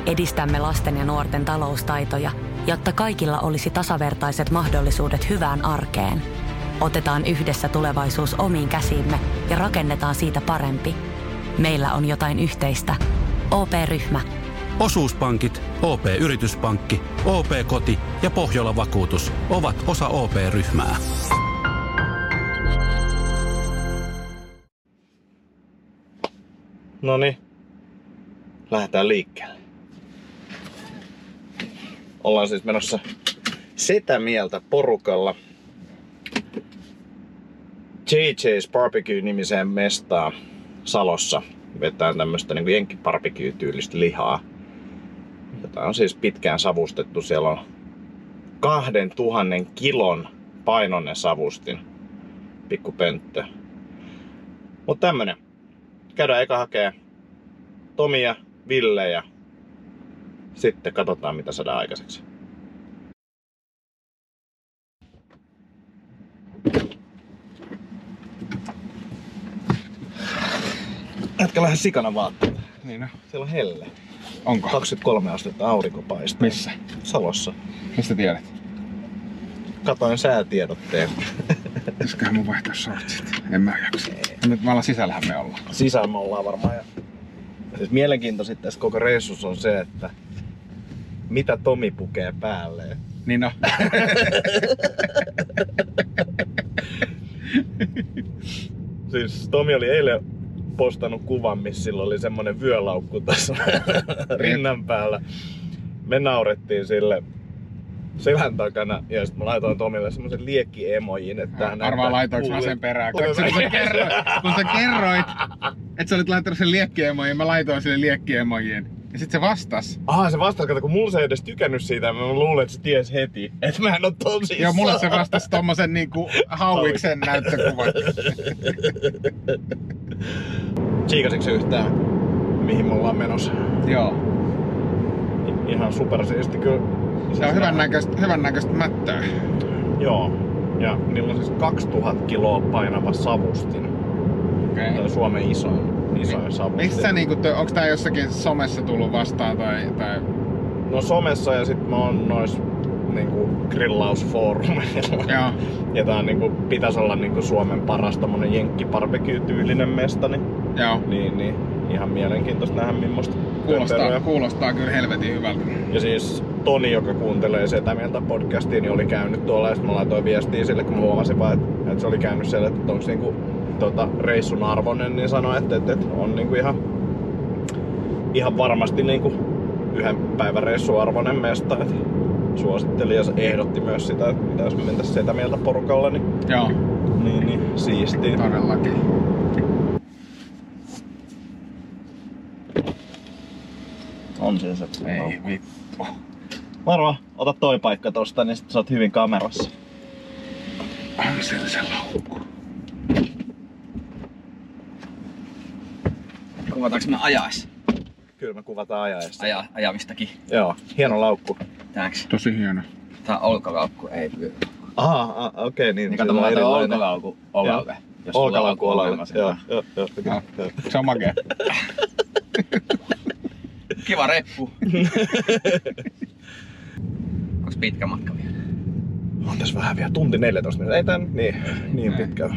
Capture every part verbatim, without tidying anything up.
Edistämme lasten ja nuorten taloustaitoja, jotta kaikilla olisi tasavertaiset mahdollisuudet hyvään arkeen. Otetaan yhdessä tulevaisuus omiin käsiimme ja rakennetaan siitä parempi. Meillä on jotain yhteistä. O P-ryhmä. Osuuspankit, O P-yrityspankki, O P-koti ja Pohjola-vakuutus ovat osa O P-ryhmää. Noniin, lähdetään liikkeelle. Ollaan siis menossa sitä mieltä porukalla J J's Barbecue-nimiseen mestaan Salossa. Vetää tämmöstä niinku jenkki-barbecue-tyylistä lihaa, jota on siis pitkään savustettu. Siellä on kahden tuhannen kilon painoinen savustin. Pikku pönttö. Mut tämmönen. Käydään eka hakee Tomi ja Ville ja sitten katsotaan mitä saadaan aikaiseksi. Jätkä lähde sikana vaatteita. Niin no. Siellä on helle. Onko? kaksikymmentäkolme astetta aurinko paistaa. Missä? Salossa. Mistä tiedät? Katoin säätiedotteen. Pitäisiköhän mun vaihtaa shortsit? En mä jaksa. Nyt me ollaan sisällähän me ollaan. Sisällä me ollaan varmaan. Ja... Siis mielenkiintoisin tässä koko reissussa on se, että mitä Tomi pukee päälleen. Niin no. Siis Tomi oli eilen postannut kuvan, missä sillä oli semmonen vyölaukku tässä rinnan päällä. Me naurettiin sille selän takana ja sit mä laitoin Tomille semmosen liekki-emojin, että hän arvaa laitoinko mä sen perään. Kun sä kerroit, kun sä kerroit että sä olit laittanut sen liekki-emojin, mä laitoin sille liekki-emojin. Ja sit se vastas. Aha, se vastas, kato kun mulla se ei edes tykännyt siitä, mä luulen, että se ties heti, että mä en oo tosissaan. Joo, mulle se vastasi tommosen niinku hauiksen näyttökuvan. Tsiikasitko yhtään, mihin me ollaan menossa? Joo. I- ihan supersiisti kyllä. Se on hyvän näköistä, hyvän näköistä mättöä. Joo. Ja niillä on siis kaksituhatta kiloa painava savustin. Okei. Okay. Suomen isoin, isoin savustin. Missä niinku, onks tää jossakin somessa tullut vastaan tai... tai... No somessa ja sit mä oon nois niinku grillausfoorumeilla. Joo. Ja tää on niinku, pitäis olla niinku Suomen paras tommonen jenkki-barbecue-tyylinen mesta, niin, Joo. niin, niin ihan mielenkiintoista nähdä millaista Kuulostaa, töperöä. kuulostaa kyllä helvetin hyvältä. Ja siis Toni, joka kuuntelee Setä Mieltä podcastia, niin oli käynyt tuolla ja sit mä laitoin viestiä sille, kun mä huomasin vaan, että, että se oli käynyt siellä, että onks niinku tota, reissun arvoinen, niin sanoi, että, että, että on niinku ihan, ihan varmasti niinku yhden päivän reissun arvoinen mesta. Että suositteli ja ehdotti myös sitä, että mitä jos me mentäis Setä Mieltä porukalla, niin, Joo. niin, niin siistiä. Todellakin. On siinä se. Ei vittu. Varmaan, ota toi paikka tosta, niin sit sä oot hyvin kamerassa. On siellä se laukku. Kuvataanko me ajais? Kyllä me kuvataan ajaessa. Aja, ajamistakin. Joo, hieno laukku. Tääks? Tosi hieno. Tää on olkalaukku, ei pyy. Aha, a, okei, okay, niin. Niin kato, mä laitan olkalaukku olalle. Olkalaukku olalle. Joo, joo, joo. No, se on makea. Kiva reppu. Onks pitkä matka vielä? On tässä vähän vielä tunti neljätoista minuuttia. Ei tää nyt niin, niin pitkä.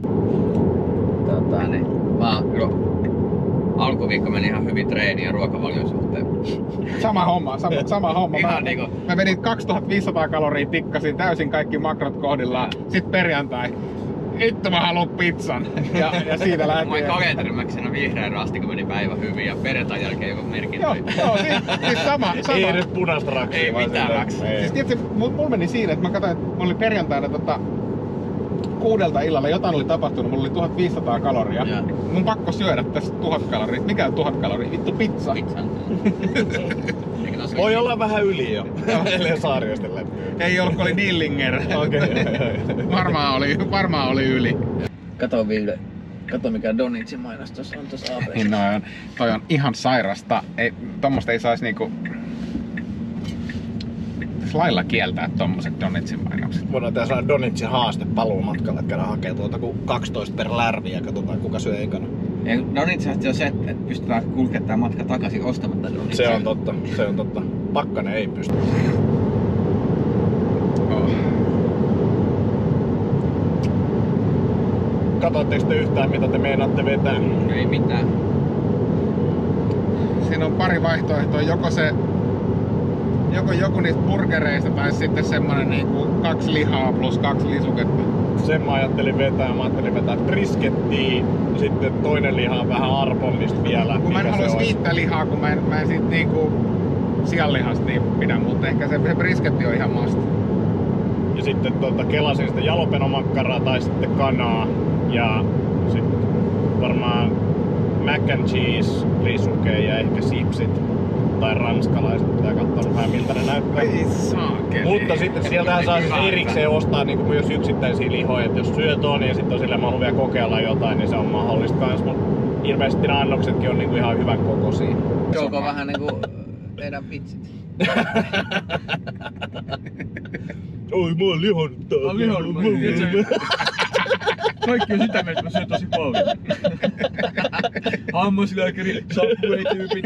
Tota niin, mä jo alkuviikko meni ihan hyvin treeni ja ruokavalion suhteen. Sama homma, sama, sama homma. Ihan Mä, niinku. mä vedin kaksituhattaviisisataa kaloria, tikkasin täysin kaikki makrot kohdillaan. Sitten perjantai. Vittu mä haluun pizzan. Ja, ja siitä Mä lähtien. olin kalenterimäksenä vihreän rasti, kun meni päivä hyvin ja perjantain jälkeen joku merkintä. Joo, joo, siis, siis sama, sama. Ei nyt punaista raksia. Ei vaan mitään silleen- raksia. ei. Siis tiedätkö, mulla mul meni siinä, että mä katsoin, että mulla oli perjantaina tota, kuudelta illalla jotain oli tapahtunut, mulla oli tuhatviisisataa kaloria. Joo. Mun pakko syödä tästä tuhat kaloria. Mikä on tuhat kaloria? Vittu pizza. Pizzan. Eikä tos Voi olla vähän yli jo. Ellei saariosta läpi. Ei ollut, kun oli Dillinger. Okei, okay, varmaan, oli, varmaan oli yli. Kato Ville. Kato mikä Donitsin mainos tossa on tossa A B:ssä. Niin noi on, toi on ihan sairasta. Ei, tommosta ei sais niinku... lailla kieltää tommoset Donitsin mainokset. Voidaan tehdä sellainen Donitsin haaste paluumatkalle, että käydään hakemaan tuota kuin kaksitoista per lärvi ja katsotaan kuka syö ekana. Ja Donitsasta on se, että pystytään kulkemaan tämä matka takaisin ostamatta Donitsaa. Se on totta, se on totta. Pakkanen ei pysty. Oh. Katoitteko te yhtään mitä te meinaatte vetää? Ei mitään. Siinä on pari vaihtoehtoa, joko se joko joku niistä burgereista tai sitten semmonen niinku kaksi lihaa plus kaksi lisuketta. Sen mä ajattelin vetää, mä ajattelin vetää briskettiä, sitten toinen liha on vähän arpomista vielä. Kun mä en mikä se haluais olisi. viittää lihaa, kun mä en, mä en sit niinku sianlihasta niin pidä, mutta ehkä se, se brisketti on ihan must. Ja sitten tuota, kelasin sitä jalapenomakkaraa tai sitten kanaa. Ja sitten varmaan mac and cheese, lisuke ja ehkä sipsit. Tai ranskalaiset, pitää katsoa vähän miltä ne näyttää. Ei saakeli. Mutta sitten sieltähän saa siis erikseen ostaa niin kuin myös yksittäisiä lihoja, että jos syöt on ja sitten on silleen, mä haluan vielä kokeilla jotain, niin se on mahdollista kans. Mutta ilmeisesti nämä annoksetkin on niin kuin ihan hyvän kokoisia. Onko vähän niinku teidän vitsit? Oi, mä oon lihonnut taas. Mä oon lihonnut, mä tiedän. Kaikki on sitä mieltä, että mä syön tosi paljon. Hammaslääkäri, Subway-tyypit.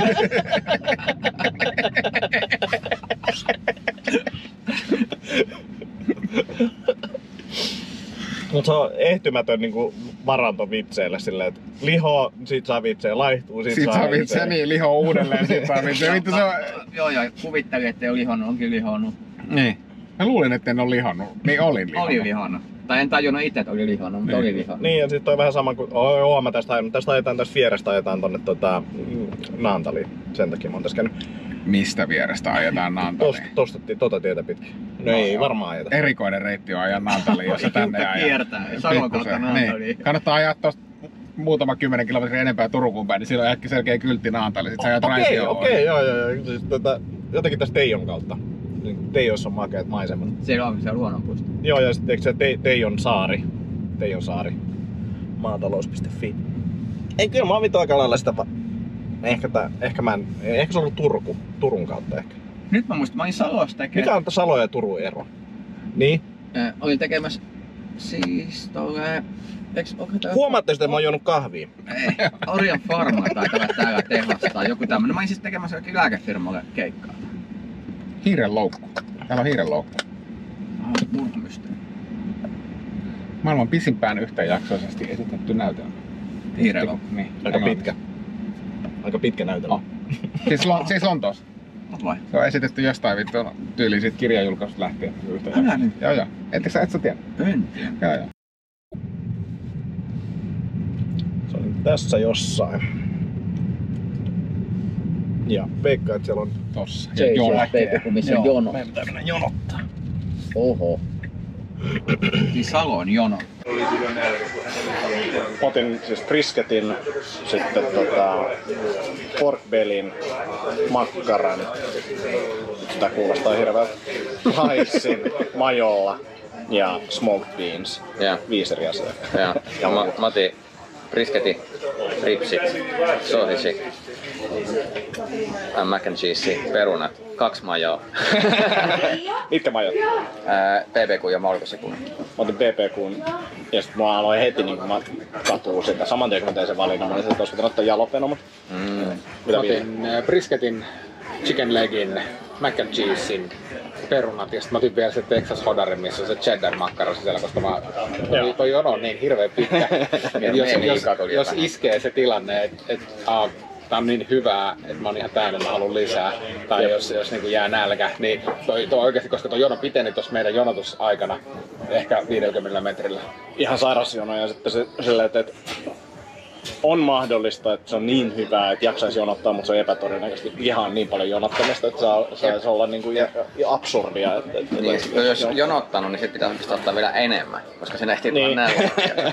Mut se on ehtymätön niinku varanto vitseille silleen, että liho, sit saa vitsejä, laihtuu, sit, Sit saa vitsejä, niin liho uudelleen, sit saa vitsejä. Vittu se on... Joo, ja kuvittelin, ettei ole lihonnut, onkin lihonnut. Niin. Mä luulin, että en oo lihannut. Niin olin lihannut. Oli lihonnut. Tai en tajunnut itse, että oli lihonnut, mutta Niin. oli lihonnut. Niin, ja sit on vähän sama kuin, oh, joo, mä tästä ajan, tästä ajetaan tästä vierestä ajetaan tonne tota, mm, Naantaliin. Sen takia mä oon tässä käynyt. Mistä vierestä ajetaan Naantaliin? Tosta, tostatti tota tietä pitkin. No, no ei varmaan ajeta. Erikoinen reitti on ajaa Naantaliin, jos se tänne Hiukan ajaa. kiertää, Salon kautta Pikkusen, Naantaliin. niin. Kannattaa ajaa tosta muutama kymmenen kilometriä enempää Turkuun päin, niin silloin äkki selkeä kyltti Naantali. Sit sä ajat Okei, Raisioon. okei, joo, joo, joo. Siis, tota, jotenkin tästä Teijon kautta. Teijossa on makeat maisemat. Siellä on se luonnonpuisto. Joo, ja sitten eikö se Te- Teijon saari? Teijon saari. Maatalous piste fi. Ei, kyllä mä oon vittu aika lailla sitä va- Ehkä, tää, ehkä mä en, ehkä se on ollut Turku. Turun kautta ehkä. Nyt mä muistan, mä olin Salossa tekemään. Mikä on Salo ja Turun ero? Niin? Äh, olin tekemässä siis tolle... Eiks, onko tää... Huomaatteko, että mä oon juonut kahvia? Ei, Orion Pharma taitaa olla täällä tehdas tai joku tämmönen. Mä olin siis tekemässä jokin lääkefirmalle keikkaa. Hiirenloukku. Täällä on hiirenloukku. Ah, murhamysteeri. Maailman pisimpään yhtäjaksoisesti esitetty näytelmä. Hiirenloukku. Niin. Aika englanniksi. pitkä. Aika pitkä näytelmä. Oh. Siis, Lon- siis Lontoossa. Oot vai? Se on esitetty jostain vittu tyyliin siitä kirjajulkaisusta lähtien. Älä nyt. Joo joo. Ettekö sä, et sä tiedä? En tiedä. Joo joo. Se oli tässä jossain. Ja veikkaan, että siellä on Tossa. Se ei jono. ole baby, kun missä on jono. meidän pitää mennä jonottaa. Oho. Siis Salon jono. Otin siis brisketin, sitten tota, pork bellin, makkaran, sitä kuulostaa hirveältä, haissin, majolla ja smoked beans, Joo. viisi eri asiaa. Joo. Ja mä, mä otin brisketi, ripsit, sosisi, mac and cheese, perunat, kaksi majoa. Mitkä majot? Ää, B B Q ja Malkosikun. Mä otin B B Q:n ja sit mä aloin heti niin kun mä katuu sitä. Saman tien kun mä tein sen valinnan, mä olin että olisi pitänyt ottaa jalapeno, mut Mm. mitä Mä vielä? otin äh, brisketin, chicken legin, mac and cheesein, perunat ja sit mä otin vielä se Texas Hodarin, missä on se cheddar makkara sisällä, koska mä, Joo. toi jono on niin hirveän pitkä. Et jos, Meni jos, katulia jos vähän. iskee se tilanne, että et, uh, tää on niin hyvää, että mä oon ihan täynnä, mä haluan lisää. Tai Jep. jos, jos niin jää nälkä, niin toi, toi oikeasti, koska toi jono piteni tuossa meidän jonotusaikana ehkä viidelläkymmenellä metrillä. Ihan sairas jono ja sitten se, silleen, että, että on mahdollista, että se on niin hyvää, että jaksaisi jonottaa, mutta se on epätodennäköisesti ihan niin paljon jonottamista, että saa, saisi olla niin kuin absurdia. Että, että, Niin, että, jos on jonottanut, niin sit pitää oikeastaan ottaa vielä enemmän, koska sen ehtii Niin. niin. nälkä.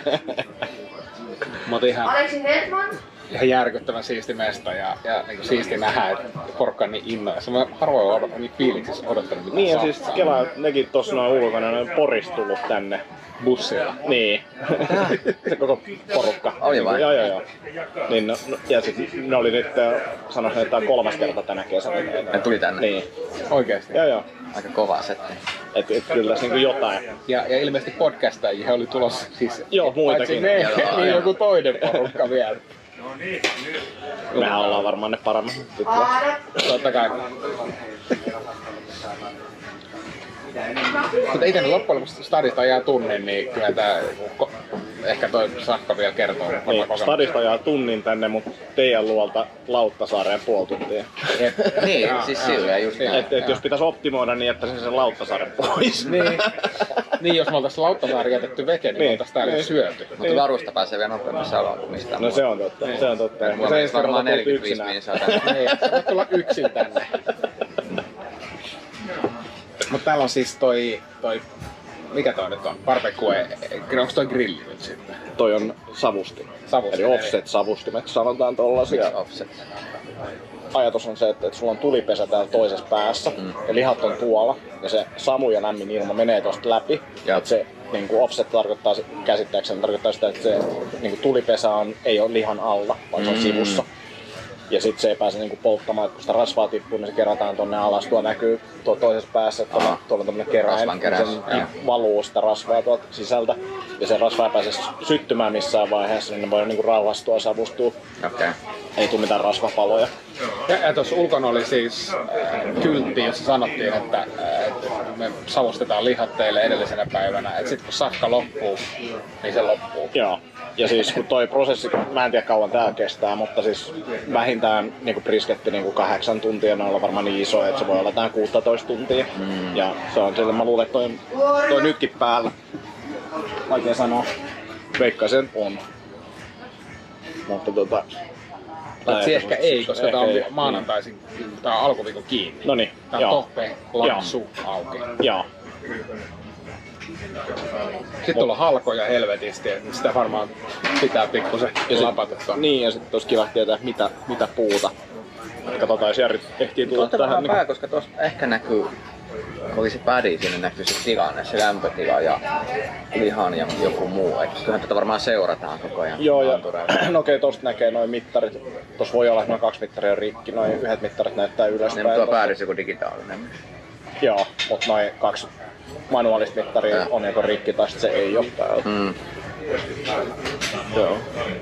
Mä otin ihan, Aleksi Hedman? ihan järkyttävän siisti mesta ja, ja niin siisti nähdä, että porukka on niin innoissa. Mä harvoin odot, niin fiiliksissä odottanut mitään Niin ja saa- siis Kela nekin tossa noin ulkona, ne on Porista tullut tänne. bussilla. Niin. Se koko porukka. Oli vai? Joo joo joo. Niin, no, no, ja sit ne oli nyt, sanoisin, että tää on kolmas kerta tänä kesänä. Ne tuli tänne. Niin. Oikeesti. Joo joo. Aika kovaa setti. Et, et kyllä tässä niinku jotain. Ja, ja ilmeisesti podcastajia oli tulossa siis. Joo, muitakin. Me, Joo, niin joo. joku toinen porukka vielä. Mehän ollaan varmaan ne paremmat. Totta kai. Mutta itse loppujen lopuksi stadista ajaa tunnin, niin kyllä tää ehkä toi Sakka vielä kertoo. Niin, stadista ajaa tunnin tänne, mutta teidän luolta Lauttasaareen puoli tuntia. Niin, siis silleen just näin. Et, et jos pitäisi optimoida niin, että sen Lauttasaaren pois. Niin. Niin, jos me oltais Lauttasaari jätetty veke, niin, niin. oltais täällä Niin. syöty. Mutta varusta pääsee vielä nopeammin saloon kuin mistään No se on totta, se on totta. Mulla Se on ensi varmaan kerralla tullut neljäkymmentäviisi yksinään. minsaa tänne. Niin, sä voit tulla yksin tänne. Mut täällä on siis toi, toi mikä toi nyt on? Barbecue, onko toi grilli nyt sitten? Toi on savustin. Savustin, Eli offset-savustimet sanotaan tollasia. Offset. Ajatus on se, että, että sulla on tulipesä täällä toisessa päässä mm. ja lihat on tuolla ja se samu ja lämmin ilma menee tosta läpi. Ja että se niin kuin offset tarkoittaa, käsittääkseni tarkoittaa sitä, että se niin kuin tulipesä on, ei ole lihan alla, vaan se on Mm. sivussa. Ja sitten se ei pääse niinku polttamaan, että kun sitä rasvaa tippuu, niin se kerätään tonne alas. Tuo näkyy tuo toisessa päässä, että tuolla, tuolla on tämmönen keräin. Rasvankeräys, Se joo. valuu sitä rasvaa tuolta sisältä. Ja se rasva ei pääse syttymään missään vaiheessa, niin ne voi niinku rauhastua ja savustua. Okei. Okay. Ei tule mitään rasvapaloja. Ja, ja tuossa ulkona oli siis äh, kyltti, jossa sanottiin, että äh, me savustetaan lihat teille edellisenä päivänä. Että sit kun sakka loppuu, niin se loppuu. Joo. Ja siis kun toi prosessi, mä en tiedä kauan tää kestää, mutta siis vähintään niinku brisketti niinku kahdeksan tuntia, ne on varmaan niin iso, että se voi olla tää kuusitoista tuntia. Mm. Ja se on sille, mä luulen, että toi, toi nytkin päällä. Vaikea sanoa. Veikkaisen on. Mutta tota... Paitsi ehkä ei, koska ehkä tää on ei. maanantaisin, tää on alkuviikon kiinni. Noniin, Tää on joo. tohpe, lapsu, auki. Joo. Sitten tuolla on halkoja helvetisti, että sitä varmaan pitää pikkusen lapata tuonne. Niin, ja sitten olisi kiva tietää, mitä, mitä puuta. Katsotaan, jos Jari ehtii tulla Tuottakaa tähän. pää, koska tuossa ehkä näkyy, kun oli se pädi, siinä näkyy se tilanne, se lämpötila ja lihan ja joku muu. Et kyllähän tätä varmaan seurataan koko ajan. Joo, ja antureilla. no okei, tosta näkee noin mittarit. Tossa voi olla, että noin kaksi mittaria on rikki, noin yhdet mittarit näyttää ylöspäin. Niin, tuo tosta. päädys joku digitaalinen. Joo, mutta noin kaksi manuaalista mittaria Ja. on joko rikki tai sit se ei ole päällä. Mm. Joo.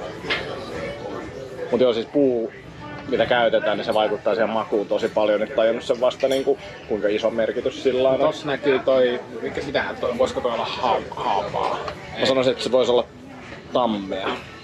Mut joo, siis puu, mitä käytetään, niin se vaikuttaa siihen makuun tosi paljon. Nyt tajunnut sen vasta niinku, kuinka iso merkitys sillä on. Tossa näkyy toi, mikä, mitähän toi, voisiko toi olla ha- haapaa? Mä sanoisin, että se voisi olla tammea.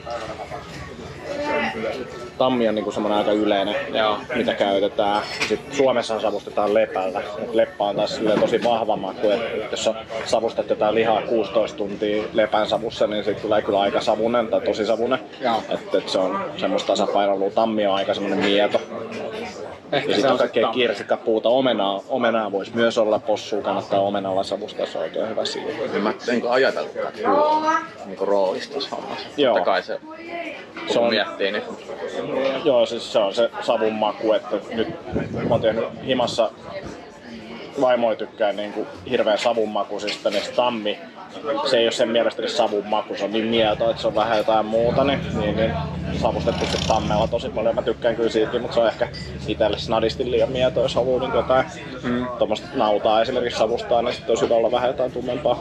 Tammi on niinku semmonen aika yleinen, Joo. mitä käytetään. Sitten Suomessa savustetaan lepällä, mutta leppä on taas silleen tosi vahva maku, että jos sä savustat jotain lihaa kuusitoista tuntia lepän savussa, niin siitä tulee kyllä aika savunen tai tosi savunen. Joo. Että et se on semmoista tasapainoilua. Tammi on aika semmonen mieto. Ehkä Ja se sitten on on kaikkea sitten kirsikkapuuta. Omenaa, omenaa voisi myös olla, possua kannattaa omenalla savustaa, se on oikein hyvä siinä. Niin mä en ajatellutkaan, että puu on niinku roolissa tuossa hommassa. Joo. Totta kai se, Se kun on- miettii, niin Joo, siis se on se savun maku, että nyt mä oon tehnyt himassa, vaimoi tykkää niinku hirveän savun makuisista, niin se tammi, se ei ole sen mielestäni savun maku, se on niin mieto, että se on vähän jotain muuta, niin, niin, niin savustettu se tammella tosi paljon, mä tykkään kyllä siitä, mutta se on ehkä itselle snadisti liian mieto, jos haluaa niin jotain mm. tuommoista nautaa esimerkiksi savustaa, niin sitten olisi hyvä olla vähän jotain tummempaa.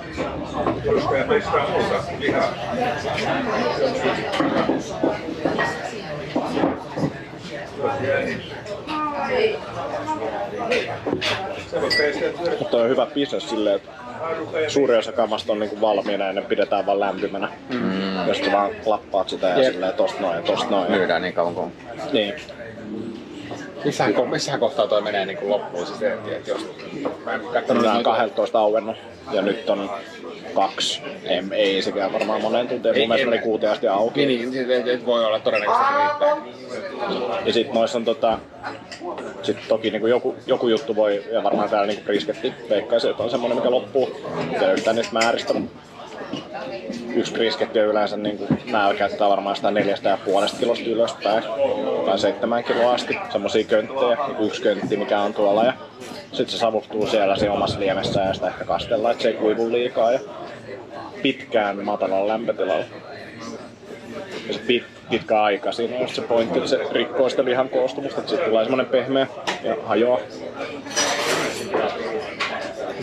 Mutta on hyvä business silleen, että suuri osa kamasta on niinku valmiina ja ne pidetään vaan lämpimänä. Mm. Jos sä vaan lappaat sitä ja Jep. silleen tosta noin ja tosta noin. myydään niin kauan kuin... Niin. Missähän, ko- missähän kohtaa toi menee niin kuin loppuun? Siis, et, et jos, mä en kattonut Nämä on noita- kaksitoista auennut ja nyt on kaksi. Ei, ei sekään varmaan moneen tuntiin. Ei, Mun mielestä ei. meni kuuteen asti auki. Niin, niin siis et, et voi olla todennäköisesti riittää. Ja sit noissa on tota... Sit toki niinku joku, joku juttu voi, ja varmaan täällä niinku brisketti veikkaisin, että on semmonen mikä loppuu. Tiedä yhtään niistä määristä. Yksi brisketti on yleensä niinku, määrä käyttää varmaan sitä neljästä ja puolesta kilosta ylöspäin. Tai seitsemän kiloa asti. Semmosia könttejä, niinku yksi köntti mikä on tuolla. Ja sit se savustuu siellä siinä omassa liemessä ja sitä ehkä kastellaan, että se ei kuivu liikaa. Ja pitkään matalalla lämpötilalla. Ja se pit, pitkä aika siinä on just se pointti, että se rikkoo sitä lihan koostumusta, että siitä tulee semmonen pehmeä ja hajoaa.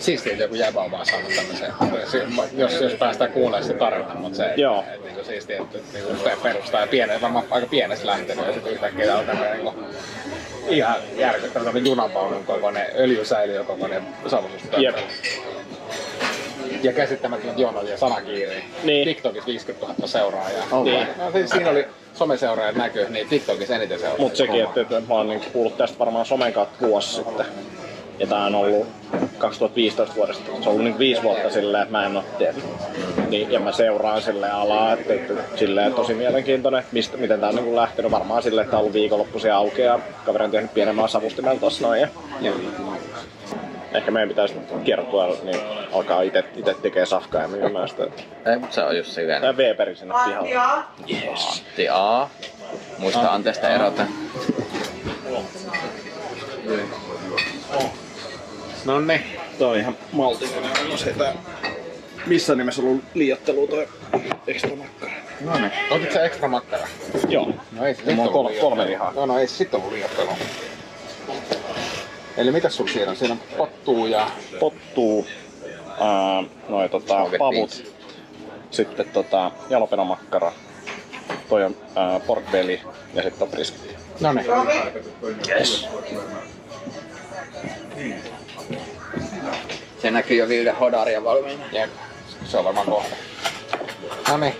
Siistiä, että joku jäbä on vaan saanut tämmöisen. Jos, jos päästään kuulemaan se tarina, mutta se Joo. et, niin siistiä, että niin perustaa ja pienen, varmaan aika pienestä lähtenyt ja sitten yhtäkkiä täällä on tämmöinen niin ihan järkyttävä tämmöinen junanvaunun kokoinen, öljysäiliö kokoinen savusuustömpelö. Ja käsittämättömät jonot ja sanakiiriä. Niin. TikTokissa viisikymmentätuhatta seuraajaa. Oh, niin. No, siis siinä oli someseuraajat näkyy, niin TikTokissa eniten seuraajia. Mut sekin, että, että mä oon niinku kuullut tästä varmaan somen kautta vuosi sitten. Ja tää on ollut kaksituhattaviisitoista vuodesta. Se on ollut niinku viisi vuotta silleen, että mä en oo tehnyt. Niin, ja mä seuraan silleen alaa, että, että silleen tosi mielenkiintoinen, mistä, miten tää on niinku lähtenyt. Varmaan silleen, että tää on ollut viikonloppuisia auki ja kaveri on tehnyt pienemmän savustimella tossa noin. Ja, ja ehkä meidän pitäisi kiertua, niin alkaa ite, ite tekee safkaa ja myymään sitä. Ei, mutta se on just silleen. Tää Weberi sinne pihalle. Yes. Antti A. Muista Anteesta erota. No niin, tää on ihan maltillinen. No se tää missään nimessä ollut liiottelu toi ekstra makkara. No niin. Otitko sä ekstra makkara? Joo. No ei sit Mulla on ollut kolme, liiottelu. kolme lihaa. No no ei sit ollut liiottelu. Eli mitäs sulla siinä on? Siinä on pottuu ja... Pottuu, ää, noi tota, Smoke pavut, beans. sitten tota, jalapenomakkara, toi on ää, pork belly ja sitten on brisketti. No niin. Yes. Se näkyy jo Ville Hodaria valmiina. Jep. Se on varmaan kohta. No niin.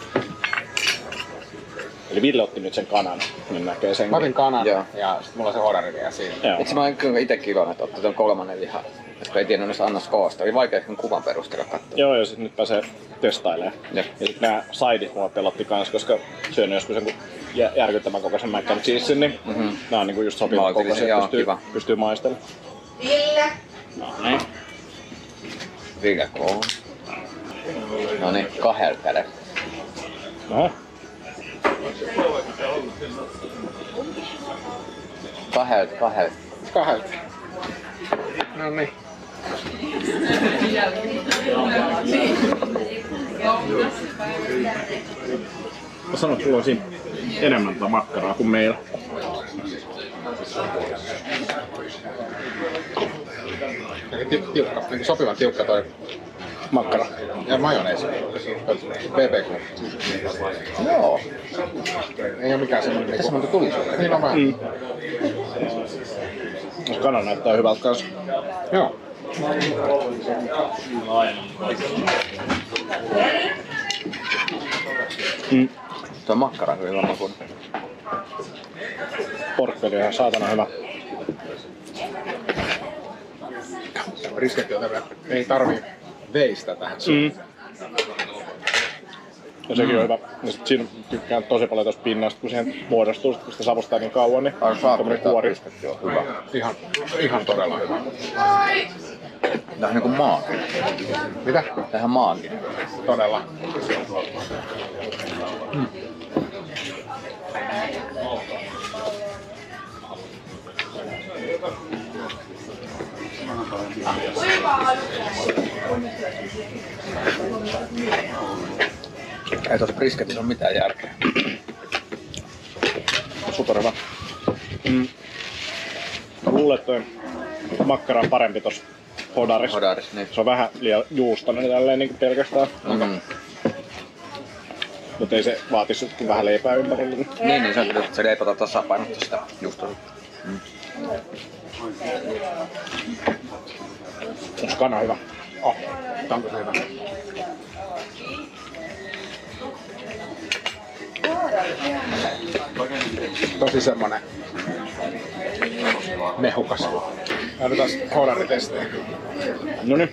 Eli Ville otti nyt sen kanan, niin näkee sen. Mä otin kanan Joo. ja sit mulla on se hodari vielä siinä. Joo. Itse mä oon kyllä itekin iloinen, että otti ton kolmannen lihan. Koska ei tiennyt noista annoskoosta. Oli vaikea sen kuvan perusteella katsoa. Joo, ja sit nyt pääsee testailemaan. Jep. Ja sit nää sideit mua pelotti kans, koska syönyt joskus sen jä- järkyttävän kokoisen mac and cheesein, niin mm-hmm. nää on niinku just sopivan Maltillisen, kokoisia, joo, pystyy, kiva. pystyy maistelemaan. Ville! No niin. Ville Koon. No niin, kahdella kädellä. No. Kahdella, kahdella. Kahdelta. No niin. Mä sanon, että sulla on siinä enemmän tätä makkaraa kuin meillä. Ti- Tiukka, niin sopivan tiukka toi Makkara. ja majoneesi. B B Q. Joo. Ei oo mikään semmonen Tässä niinku... monta tuli sulle. Niin on vähän. Mm. Kana näyttää hyvältä kanssa. Joo. Mm. Tuo makkara on hyvä makuun. Porkkeli on ihan saatana hyvä. Brisketti on tämmönen. Ei tarvii veistä tähän. Mm. Ja sekin mm. on hyvä. Ja sit siinä tykkään tosi paljon tosta pinnasta, kun siihen muodostuu, kun sitä savustaa niin kauan, niin tommonen kuori. Joo, hyvä. Ihan, ihan todella hyvä. Tää on niinku maaginen. Mitä? Tähän maaginen. Todella. Mm. Ei tossa brisketissä ole mitään järkeä. Super hyvä. Mm. Mä luulen, että toi makkara on parempi tossa hodarissa. Hodaris, niin. Se on vähän liian juustoinen tälleen niin pelkästään. Mm. Mutta ei se vaatisi sitten vähän leipää ympärillä. Niin. Niin, niin se on kyllä, että se leipota tasapainottaa sitä just on. Mm. Onks kana hyvä? Oh, tää on tosi hyvä. Tosi semmonen mehukas. Otetaan hodaritestejä. Noniin.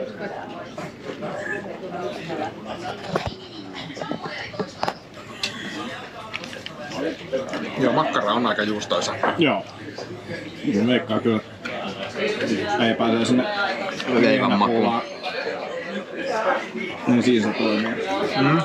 Joo, makkara on aika juustoisa. Joo. Mä veikkaan kyllä. Ei pääsee sinne Leivän makuun. Niin siinä se toimii. Mm.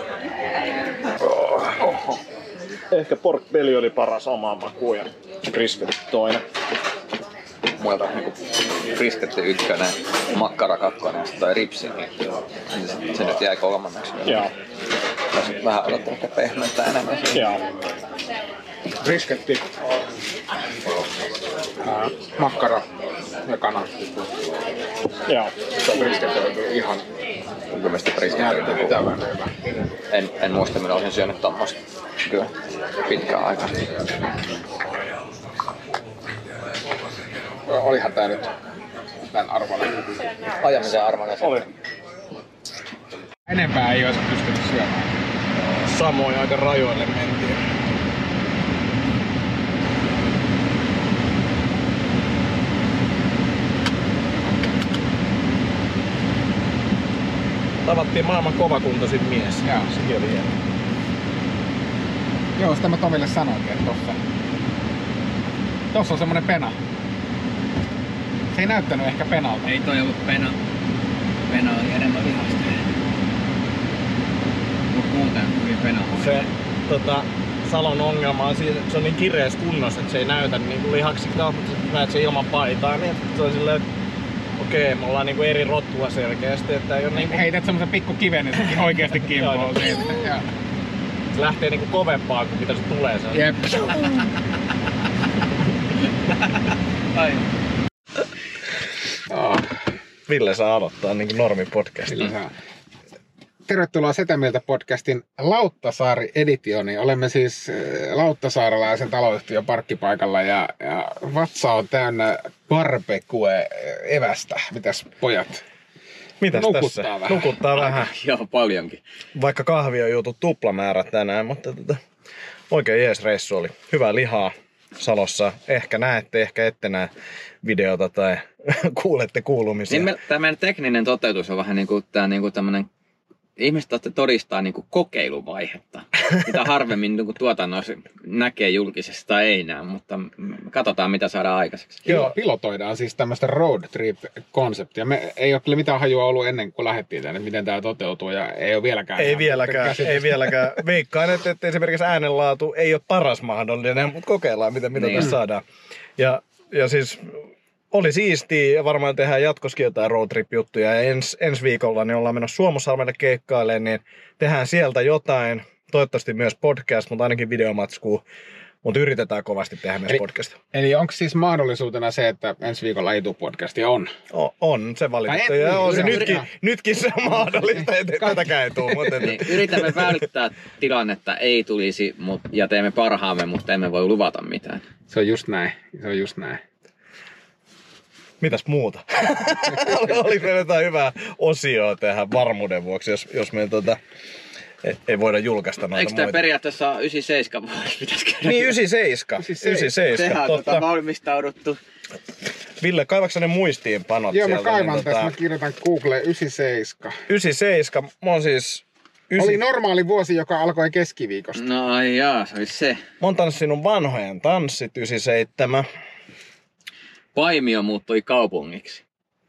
Oho. Ehkä pork belly oli paras omaan makuun ja brisketti toinen. Muilta niinku brisketti ykkönen, makkara kakkonen ja sitten toi ripsi, niin se, se nyt jäi kolmanneksi. Joo. Olisin vähän odottanut, että pehmentää enemmän. Joo. Brisketti Ää, makkara ja kana. Joo. Se on brisketti ihan Mun mielestä brisketti järkyttävän hyvä. En, en muista, minä olisin syönyt tommoista kyllä pitkään aikaa. Olihan tää nyt tän arvoinen. Ajamisen arvoinen se. Oli. Enempää ei olisi pystynyt syömään. Samoin aika rajoille mentiin. Tavattiin maailman kovakuntoisin mies. Joo. Sekin oli hieno. Joo, sitä mä Tomille sanoinkin, että tossa. Tossa on semmonen pena. Se ei näyttänyt ehkä penalta. Ei toi ollut pena. Pena oli enemmän lihasta. Mut muuten hyvin pena. Se tota, Salon ongelma on siinä, että se on niin kireessä kunnossa, että se ei näytä niin lihaksi kaupassa, että näet se ilman paitaa. Niin se on silleen, okei, me ollaan niinku eri rotua selkeästi, että ei oo niinku... Heität semmosen pikku kiven, niin sekin oikeesti kimpoo siitä. Se lähtee niinku kovempaa kuin mitä se tulee. Se on... Jep. Ai. Oh. Ville saa aloittaa niinku normipodcastin. Tervetuloa Setä Mieltä podcastin Lauttasaari-editioniin. Olemme siis lauttasaarelaisen taloyhtiön parkkipaikalla ja, ja vatsa on täynnä barbecue-evästä. Mitäs pojat? Mitäs Nukuttaa tässä? vähän. Nukuttaa vähän. Joo, paljonkin. Vaikka kahvia on juotu tuplamäärä tänään, mutta tota, oikein jees reissu oli. Hyvää lihaa Salossa. Ehkä näette, ehkä ette näe videota tai kuulette kuulumisia. Niin me, tämä meidän tekninen toteutus on vähän niin kuin tämä niin kuin tämmöinen, ihmiset olette todistaa niin kuin kokeiluvaihetta, mitä harvemmin niin kuin tuotannossa näkee julkisesti tai ei näe, mutta katsotaan mitä saadaan aikaiseksi. Joo. Pilotoidaan siis tämmöistä road trip-konseptia. Me ei ole kyllä mitään hajua ollut ennen kuin lähdettiin tänne, miten tämä toteutuu ja ei ole vieläkään. Ei vieläkään, käsitystä. ei vieläkään. Veikkaan, että, että esimerkiksi äänenlaatu ei ole paras mahdollinen, mutta kokeillaan mitä, mitä Niin. tässä saadaan. Ja, ja siis oli siistiä ja varmaan tehdään jatkossakin jotain road trip juttuja. Ja ens, ensi viikolla niin ollaan menossa Suomussalmelle keikkailemaan, niin tehdään sieltä jotain. Toivottavasti myös podcast, mutta ainakin videomatskua. Mutta yritetään kovasti tehdä myös Eli- podcastia. Eli onko siis mahdollisuutena se, että ensi viikolla ei tule podcastia? On. O, on se valitettavasti. Tai et- Ja on se yritän- nytkin, yritän. nytkin se on mahdollista, että tätäkään ei tule. Mutta Niin, yritämme välttää tilannetta, ei tulisi mut, ja teemme parhaamme, mutta emme voi luvata mitään. Se on just näin. Se on just näin. mitäs muuta? Oliko meillä jotain hyvää osioa tähän varmuuden vuoksi, jos, jos me tota, ei, ei voida julkaista noita Eikö tämä muita. periaatteessa yhdeksänkymmentäseitsemän vuosi pitäisi käydä? Niin, yhdeksänkymmentäseitsemän. yhdeksänkymmentäseitsemän. Sehän on Totta. tota valmistauduttu. Ville, kaivaksa ne muistiinpanot Joo, mä sieltä? kaivan niin, tästä. tota, Mä kirjoitan Googleen yhdeksänkymmentäseitsemän. yhdeksänkymmentäseitsemän. Mä oon siis... Ysi... Oli normaali vuosi, joka alkoi keskiviikosta. No ai jaa, se oli se. Mä oon tanssannut sinun vanhojen tanssit yhdeksänkymmentäseitsemän. Paimio muuttui kaupungiksi.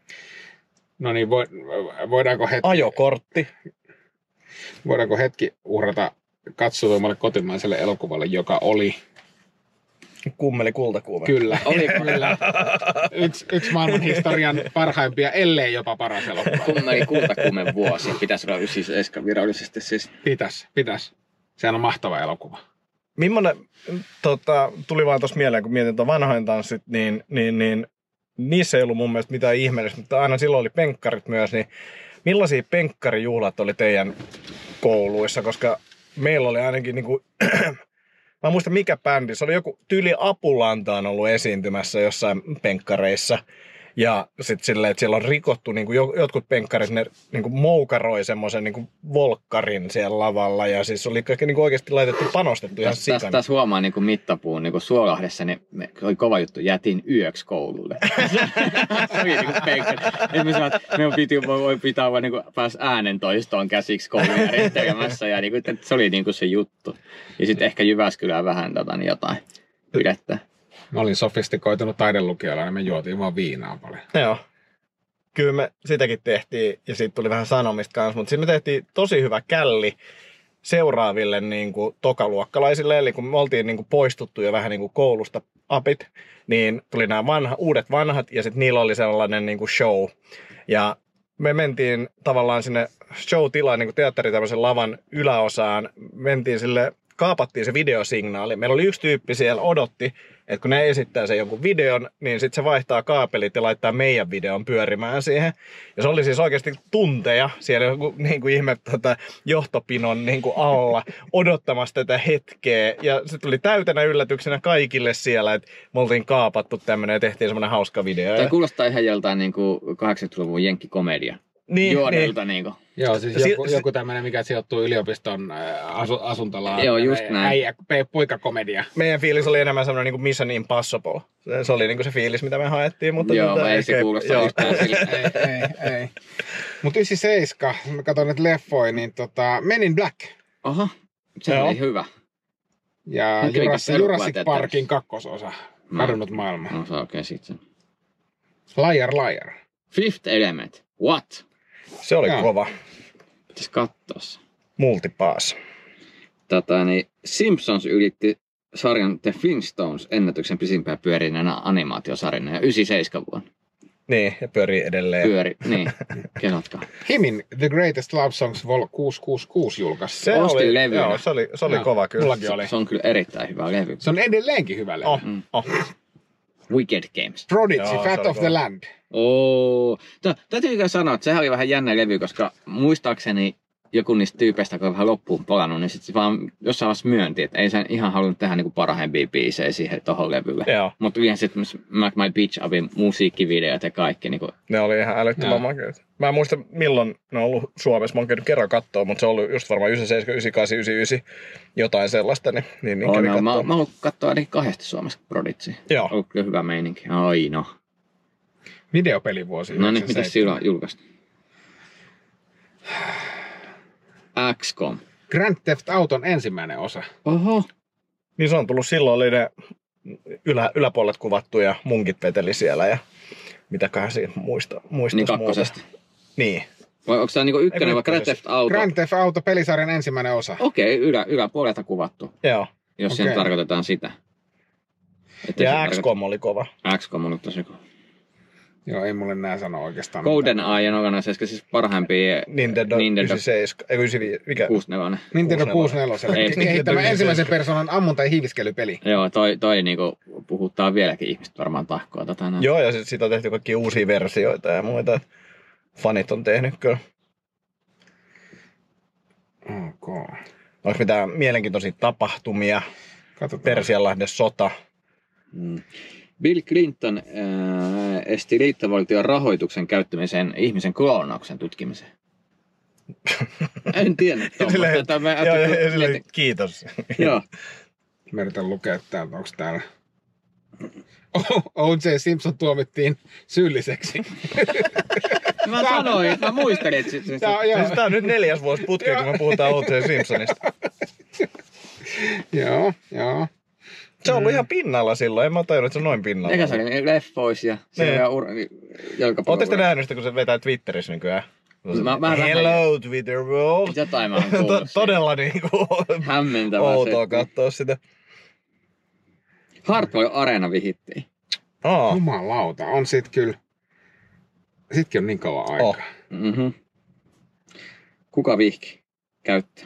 No niin, voidaanko hetki, Ajokortti. voidaanko hetki uhrata katsotuimmalle kotimaiselle elokuvalle, joka oli... Kummeli kultakuume. Kyllä. Oli Kyllä. Yksi, yksi maailman historian parhaimpia, ellei jopa paras elokuva. kummeli kultakuumen vuosi. Pitäisi olla yhdeksänkymmentäseitsemän virallisesti siis. Pitäis, pitäis. Sehän on mahtava elokuva. Millainen, tota, tuli vaan tuossa mieleen, kun mietin tuon vanhojen tanssit, niin, niin, niin niissä ei ollut mun mielestä mitään ihmeellistä, mutta aina silloin oli penkkarit myös, niin millaisia penkkarijuhlat oli teidän kouluissa, koska meillä oli ainakin niinku, mä en muista mikä bändi, se oli joku tyyli Apulanta on ollut esiintymässä jossain penkkareissa. Ja sitten silleen, että siellä on rikottu, niin kuin jotkut penkkarit, ne niin kuin moukaroi semmoisen niin kuin volkkarin siellä lavalla. Ja siis oli kaikki niin kuin oikeasti laitettu, panostettu ihan Tässä, tässä, sikana. tässä huomaa niin kuin mittapuun niin kuin Suolahdessa, niin me, oli kova juttu, jätin yöksi koululle. Se oli niin kuin penkkari. Et me saa, me piti, voi pitää vaan niin kuin pääs äänentoistoon käsiksi koulun järjestelmässä. Ja niin kuin, se oli niin kuin se juttu. Ja sitten ehkä Jyväskylään vähän tota, niin jotain pidettä. Mä olin sofistikoitunut taidelukijoilla, niin me juotiin vaan viinaa paljon. Joo. Kyllä me sitäkin tehtiin ja siitä tuli vähän sanomista kanssa, mutta siinä me tehtiin tosi hyvä källi seuraaville niin kuin tokaluokkalaisille. Eli kun me oltiin niin kuin poistuttu jo vähän niin kuin koulusta apit, niin tuli nämä vanha, uudet vanhat ja sitten niillä oli sellainen niin kuin show. Ja me mentiin tavallaan sinne show-tilaan, niin kuin teatteri tämmöisen lavan yläosaan, mentiin sille kaapattiin se videosignaali. Meillä oli yksi tyyppi siellä odotti, että kun ne esittää sen jonkun videon, niin sitten se vaihtaa kaapelit ja laittaa meidän videon pyörimään siihen. Ja se oli siis oikeasti tunteja siellä joku niin kuin ihme tota, johtopinon niin kuin alla odottamassa tätä hetkeä. Ja se tuli täytänä yllätyksenä kaikille siellä, että me oltiin kaapattu tämmönen ja tehtiin semmoinen hauska video. Tämä kuulostaa ihan joltain niin kuin kahdeksankymmentäluvun jenkkikomedia. Niin, Juonelta niin. niinku. Joo, siis Si- joku, si- joku tämmönen, mikä sijoittuu yliopiston äh, asu, asuntolaan. Joo, just näin. Äijä, pe- poikakomedia. Meidän fiilis oli enemmän semmoinen niin kuin Mission Impossible. Se, se oli niin kuin se fiilis, mitä me haettiin. Mutta Joo, tota, ei se ehkä- kuulosta joo. yhtään sille. ei, ei, ei. Mut yhdeksänkymmentäseitsemän, mä katson nyt leffoja, niin tota, Men in Black Oho, se Joo. oli hyvä. ja Nyt kävikö Jurassic, elokuva Jurassic teatterissa? Parkin kakkososa. Kadonnut maailma. No se oikein sitten. Liar, liar. Fifth Element. What? Se oli Joo. kova. Pitäis kattoo se. Multipass. Tota, niin Simpsons ylitti sarjan The Flintstones ennätyksen pisimpään pyörineenä animaatiosarjana ja yhdeksänkymmentäseitsemän vuonna. Niin, ja pyörii edelleen. Pyöri, niin, kelatkaa. Himin The Greatest Love Songs Vol kuusi kuusi kuusi julkaistu. Se Ostin oli, levynä. joo, se oli, se oli Joo, kova kyllä. mullakin oli. Se on kyllä erittäin hyvä levy. Se on edelleenkin hyvä levy. Oh, Mm. oh. Wicked Games. Prodigy, Joo, se Fat oli of kova. the Land. Oo. Tä- Täytyy kyllä sanoa, että sehän oli vähän jännä levy, koska muistaakseni joku niistä tyypeistä, kun on vähän loppuun palannut, niin sitten se vaan jossain vaiheessa myönti, että ei sen ihan halunnut tehdä niinku parhaimpia biisejä siihen tohon levylle. Joo. Mutta yhden sitten Mac My Bitch Upin musiikkivideot ja kaikki. Niinku, Ne oli ihan älyttömän Joo. makeita. Mä en muista milloin ne on ollut Suomessa. Mä oon käynyt kerran kattoo, mutta se on ollut just varmaan yhdeksänkymmentäseitsemän, yhdeksänkymmentäkahdeksan, yhdeksänkymmentäyhdeksän, jotain sellaista. Niin, niin, niin on, kävin on, mä, kattoo. mä oon katsoa ainakin kahdesti Suomessa Prodigy. Joo. On kyllä hyvä meininki. Aino. Videopelivuosi. No niin, mitä yhdeksänkymmentäseitsemän. silloin julkaistu? X COM. Grand Theft Auton ensimmäinen osa. Oho. Niin se on tullut silloin, oli ne ylä, yläpuolet kuvattu ja munkit veteli siellä ja mitäköhän siinä muista, muistas Niin muuta. kakkosesta. Niin. Vai onko tämä niinku ykkönen Eikö vai Grand ykkösessä? Theft Auto? Grand Theft Auto pelisarjan ensimmäinen osa. Okei, ylä, yläpuolelta kuvattu, Joo. jos Okei. siinä tarkoitetaan sitä. Että Ja se X COM oli kova. tarkoittaa- X COM on nyt tosi kova. Joo, ei mulle nää sano oikeastaan. Golden Eye on kokonaisesti siis parhaimpia Nintendo, Nintendo yhdeksänkymmentäseitsemän, ei yhdeksänkymmentäviisi, mikä? kuusineljä. Nintendo kuusikymmentäneljä. kuusikymmentäneljä. Ei, Kehittämä Nintendo ensimmäisen yhdeksänkymmentäseitsemän. persoonan ammunta- ja hiiviskelypeli. Joo, toi, toi niinku puhuttaa vieläkin ihmiset varmaan tahkoa tota näin. Joo, ja sitten siitä on tehty kaikkia uusia versioita ja muita. Fanit on tehnyt kyllä. Ok. Onko mitään mielenkiintoisia tapahtumia? Katsotaan. Persianlahden sota. Mm. Bill Clinton ää, esti liittovaltion rahoituksen käyttämisen ihmisen kloonauksen tutkimiseen. En tiedä Silleen, tuommoista. Mä joo, ajattelin, ja silleen, mietin- kiitos. Joo. Mä yritän lukea täältä, onko täällä. O J. Simpson tuomittiin syylliseksi. Mä sanoin, mä muistelin, että sit, sit, Joo, joo. Siis tää on nyt neljäs vuosi putkeen, kun me puhutaan O J. Simpsonista. Joo, joo. Se on ollut ihan pinnalla silloin, en mä tajunnut, että se on noin pinnalla. eikä se oli niin leffois ja se Niin. oli ur... jalkapallo. Ootteko te nähnyt sitä, kun se vetää Twitterissä nykyään? Mä- mä- Hello Twitter world. Jotain mä oon To- kuullut siitä. Todella niinku Hämmentävää outoa settiä. katsoa sitä. Hardware Arena vihittiin. Aa, Jumalauta, on sit kyllä. Sitkin on niin kauan aikaa. Oh. Mm-hmm. Kuka vihki? Käyttää.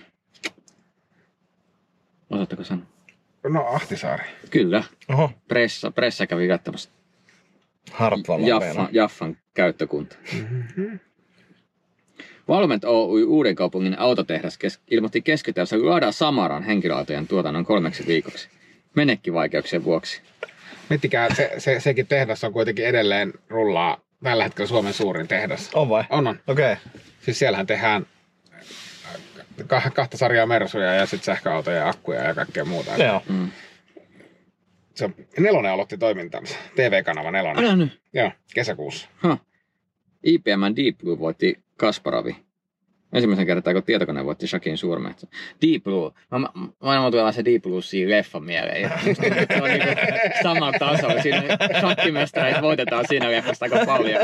Osaatteko sanoa? No Ahtisaari. Kyllä. oho, Pressa, pressa kävi katsomassa Hartwall Jaffan, Jaffan käyttökunta. Mm-hmm. Valment Oy Uudenkaupungin autotehdas kes- ilmoitti keskityksensä Lada Samaran henkilöautojen tuotannon kolmeksi viikoksi. Menekkivaikeuksien vuoksi. Miettikää, se, se, sekin tehdas on kuitenkin edelleen rullaa tällä hetkellä Suomen suurin tehdas. On vai? On, on. Okei. Okay. Siis siellähän tehdään kah- kahta sarjaa Mersuja ja sitten sähköautoja ja akkuja ja kaikkea muuta. Joo. Mm. Se on, Nelonen aloitti toimintansa. T V-kanava Nelonen. Älä nyt. Joo, kesäkuussa. Huh. I B M Deep Blue voitti Kasparovi. Ensimmäisen kertaa, kun tietokone voitti Shakin suurmetsä. Deep Blue. Mä, mä, mä aina tulee se Deep Blue siinä leffan mieleen. Ja musta tuntuu, että se on niinku samalla tasolla. Siinä shakkimestareita voitetaan siinä leffasta aika paljon.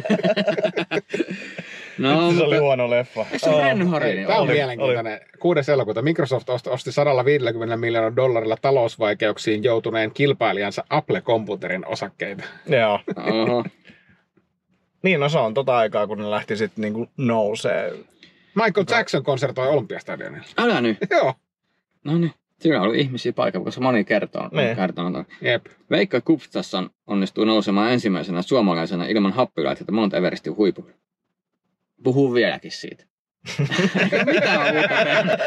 No, Se oli mutta... huono leffa. Se on Aa. Renny Harlin. Tämä on oli- mielenkiintoinen. kuudes elokuuta Microsoft osti, osti sata viisikymmentä miljoonaa dollarilla talousvaikeuksiin joutuneen kilpailijansa Apple-komputerin osakkeita. Joo. Oho. Niin, no se on tota aikaa, kun ne lähti sitten niinku nousee. Michael Jackson konsertoi Olympiastadionilla. Älä nyt. Joo. No niin. Siellä oli ihmisiä paikalla, koska moni kertoo. Niin. kertonut. Jep. Veikka Gustafsson onnistui nousemaan ensimmäisenä suomalaisena ilman happilaitetta Mount Everestin huipulle. Puhuu vieläkin siitä. Mitä on muuta tehnyt?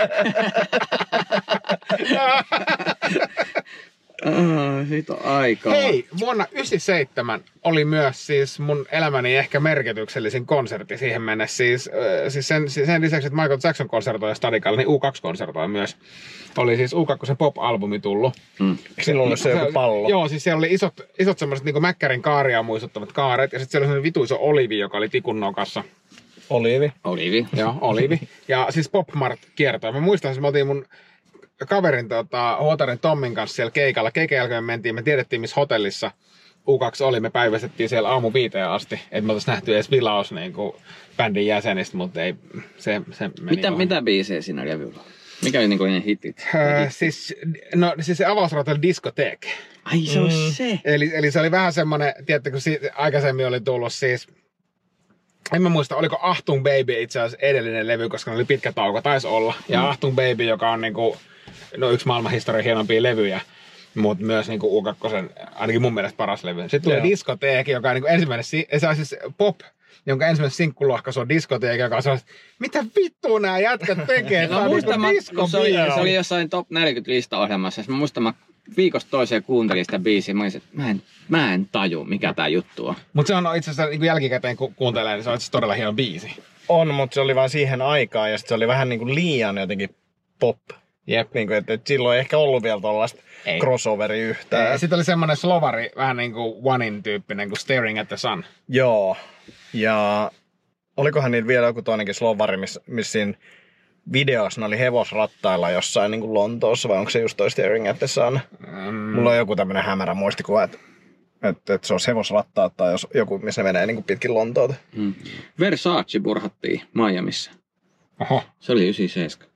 Ah, siitä on aikaa. Hei, vuonna yhdeksänkymmentäseitsemän oli myös siis mun elämäni ehkä merkityksellisin konsertti siihen mennessä. Siis, äh, siis sen, sen lisäksi, että Michael Jackson konsertoi Stadikalla, niin U kaksi konsertoi myös. Oli siis U kaksi pop-albumi tullut. Mm. Silloin oli se joku pallo. Joo, siis siellä oli isot, isot semmoiset niinku Mäkkärin kaaria muistuttavat kaaret. Ja sitten siellä oli semmoinen vituiso olivi, joka oli tikun nokassa. Oliivi. Oliivi. Joo, oliivi. Ja siis Pop Mart kiertoi. Mä muistan, että me oltiin mun kaverin tota, Huotarin Tommin kanssa siellä keikalla. Keikan jälkeen me mentiin, me tiedettiin missä hotellissa U kaksi oli. Me päivästettiin siellä aamu viiteen asti. Että me oltais nähty edes vilaus niin kuin bändin jäsenistä, mutta ei se, se meni Mitä, mitä biisejä siinä levyllä? Mikä oli niinku ne hitit? Öö, siis, no, siis se avausraata oli Discotheque. Ai se on Mm. se. Eli, eli se oli vähän semmonen, tiedättekö, si- aikaisemmin oli tullut siis, en mä muista, oliko Achtung Baby itse asiassa edellinen levy, koska ne oli pitkä tauko, taisi olla. Ja mm. Achtung Baby, joka on niinku, no yksi maailmanhistorian hienompia levyjä, mutta myös niinku U kaksi, ainakin mun mielestä paras levy. Sitten tuli Joo. Discotheque, joka on niinku ensimmäinen, si- se on siis pop, jonka ensimmäinen sinkkulohkaisu on Discotheque, joka on sellaista, mitä vittua nämä jätkät tekee? No, muistan, mä, kun se, oli, se oli jossain top neljäkymmentä listaohjelmassa. Mä muistan, mä viikosta toiseen kuuntelin sitä biisiä. Mä olisin, että mä en, mä en taju, mikä tää juttu on. Mutta se on itse asiassa niin jälkikäteen ku- kuuntelee, niin se on itse asiassa todella hieno biisi. On, mutta se oli vaan siihen aikaan ja sit se oli vähän niinku liian jotenkin pop. Jep. Niinku, että et silloin ei ehkä ollut vielä tollaista Ei. crossoveri yhtään. Sitten oli semmonen slovari, vähän niin kuin Onein tyyppinen, kuin Staring at the Sun. Joo. Ja olikohan niillä vielä joku toinenkin slovari, missä, missä siinä videossa ne oli hevosrattailla jossain niin kuin Lontoossa, vai onko se just toi Staring at the Sun? Mm. Mulla on joku tämmönen hämärä muistikuva, että, että, että se on hevosrattaat tai jos joku, missä ne menee niin kuin pitkin Lontoota. Hmm. Versace burhattiin Miamissa. Oho. Se oli yhdeksänkymmentäseitsemän.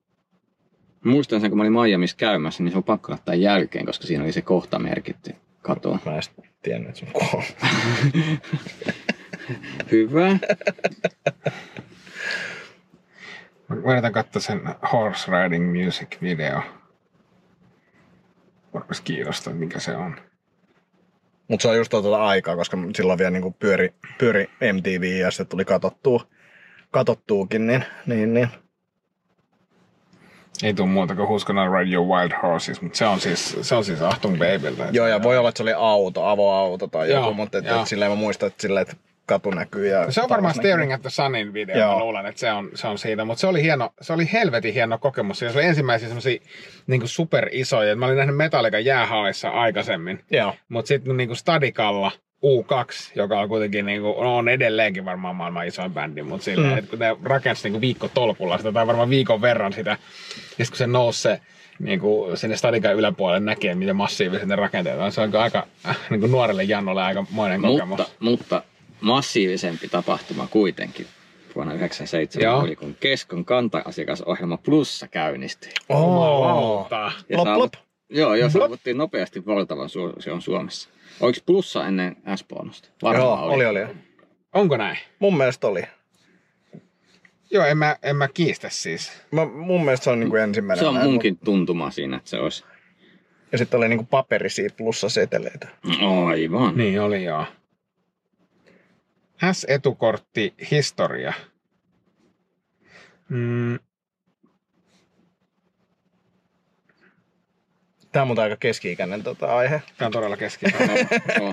Muistan sen, kun mä olin Miamissa käymässä, niin se on pakko laittaa jälkeen, koska siinä oli se kohta merkitty katoa. Mä en sit tiennyt, että sun kuolla. Hyvä. Mä yritän katsoa sen Horse Riding Music video. Varmasti kiinnostaa, mikä se on. Mutta se on just tuota aikaa, koska silloin vielä niinku pyöri, pyöri M T V ja sitten tuli katottua, katottuukin, niin, niin, niin. Ei tuu muuta kuin Who's Gonna Ride Your Wild Horses, mutta se on siis, se on siis Achtung Babyltä. Joo, ja voi olla, että se oli auto, avoauto tai Joo, joku, mutta et, joo. et silleen mä muistan, että silleen, että katu näkyy. Ja Se on varmaan taivas Staring näkyy. at the Sunin video, Joo. mä luulen, että se on, se on siitä. Mutta se oli hieno, se oli helvetin hieno kokemus. Se oli ensimmäisiä semmosia niinku super isoja. Mä olin nähnyt Metallican jäähallissa aikaisemmin. Joo. Mutta sitten niinku Stadikalla U kaksi, joka on kuitenkin niinku, no on edelleenkin varmaan maailman isoin bändi, mutta silleen, Mm. että kun ne rakensi niinku viikko tolkulla sitä, tai varmaan viikon verran sitä, ja sitten kun se nousi se niinku sinne Stadikan yläpuolelle näkee, miten massiiviset ne rakenteet on, se on aika äh, niinku nuorelle Jannolle aikamoinen kokemus. Mutta, mutta massiivisempi tapahtuma kuitenkin vuonna yhdeksänkymmentäseitsemän Joo. oli, kun Keskon kanta-asiakasohjelma Plussa käynnistyi. Jumalauta. Ja Plop, saavut, plop. joo, jo saavuttiin nopeasti valtavan suosion Suomessa. Oliko Plussa ennen S-bonusta? Joo, oli, oli. Onko näin? Mun mielestä oli. Joo, en mä, en mä kiistä siis. Mä, mun mielestä se on niinku ensimmäinen. Se on näin, munkin tuntuma siinä, että se olisi. Ja sitten oli niinku paperisia plussaseteleitä. Aivan. Niin oli joo. S-etukortti historia. Mm, Tää on muuten aika keski-ikäinen tota aihe. tää on todella keski. Oh, oh.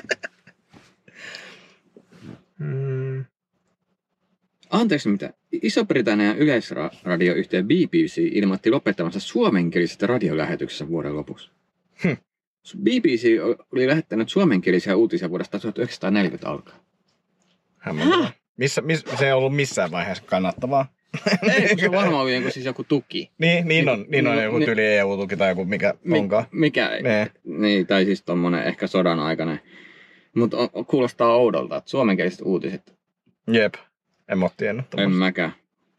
mm, Anteeksi mitä? Iso-Britannian yleisradioyhtiö B B C ilmoitti lopettavansa suomenkieliset radiolähetyksessä vuoden lopussa. Hm. B B C oli lähettänyt suomenkielisiä uutisia vuodesta tuhatyhdeksänsataaneljäkymmentä alkaen. Hämmentävää. Missä, miss, se ei ollut missään vaiheessa kannattavaa. Ei, se varmaan oli joku, siis joku tuki. Niin, niin on, niin on Ni- joku ni- tyli E U-tuki tai joku mikä Mi- onkaan. Mikä, Nee. niin, tai siis tommonen ehkä sodan aikainen. Mutta kuulostaa oudolta, että suomenkieliset uutiset, Jep, en mä oo tiennyt en tommoista. mäkään.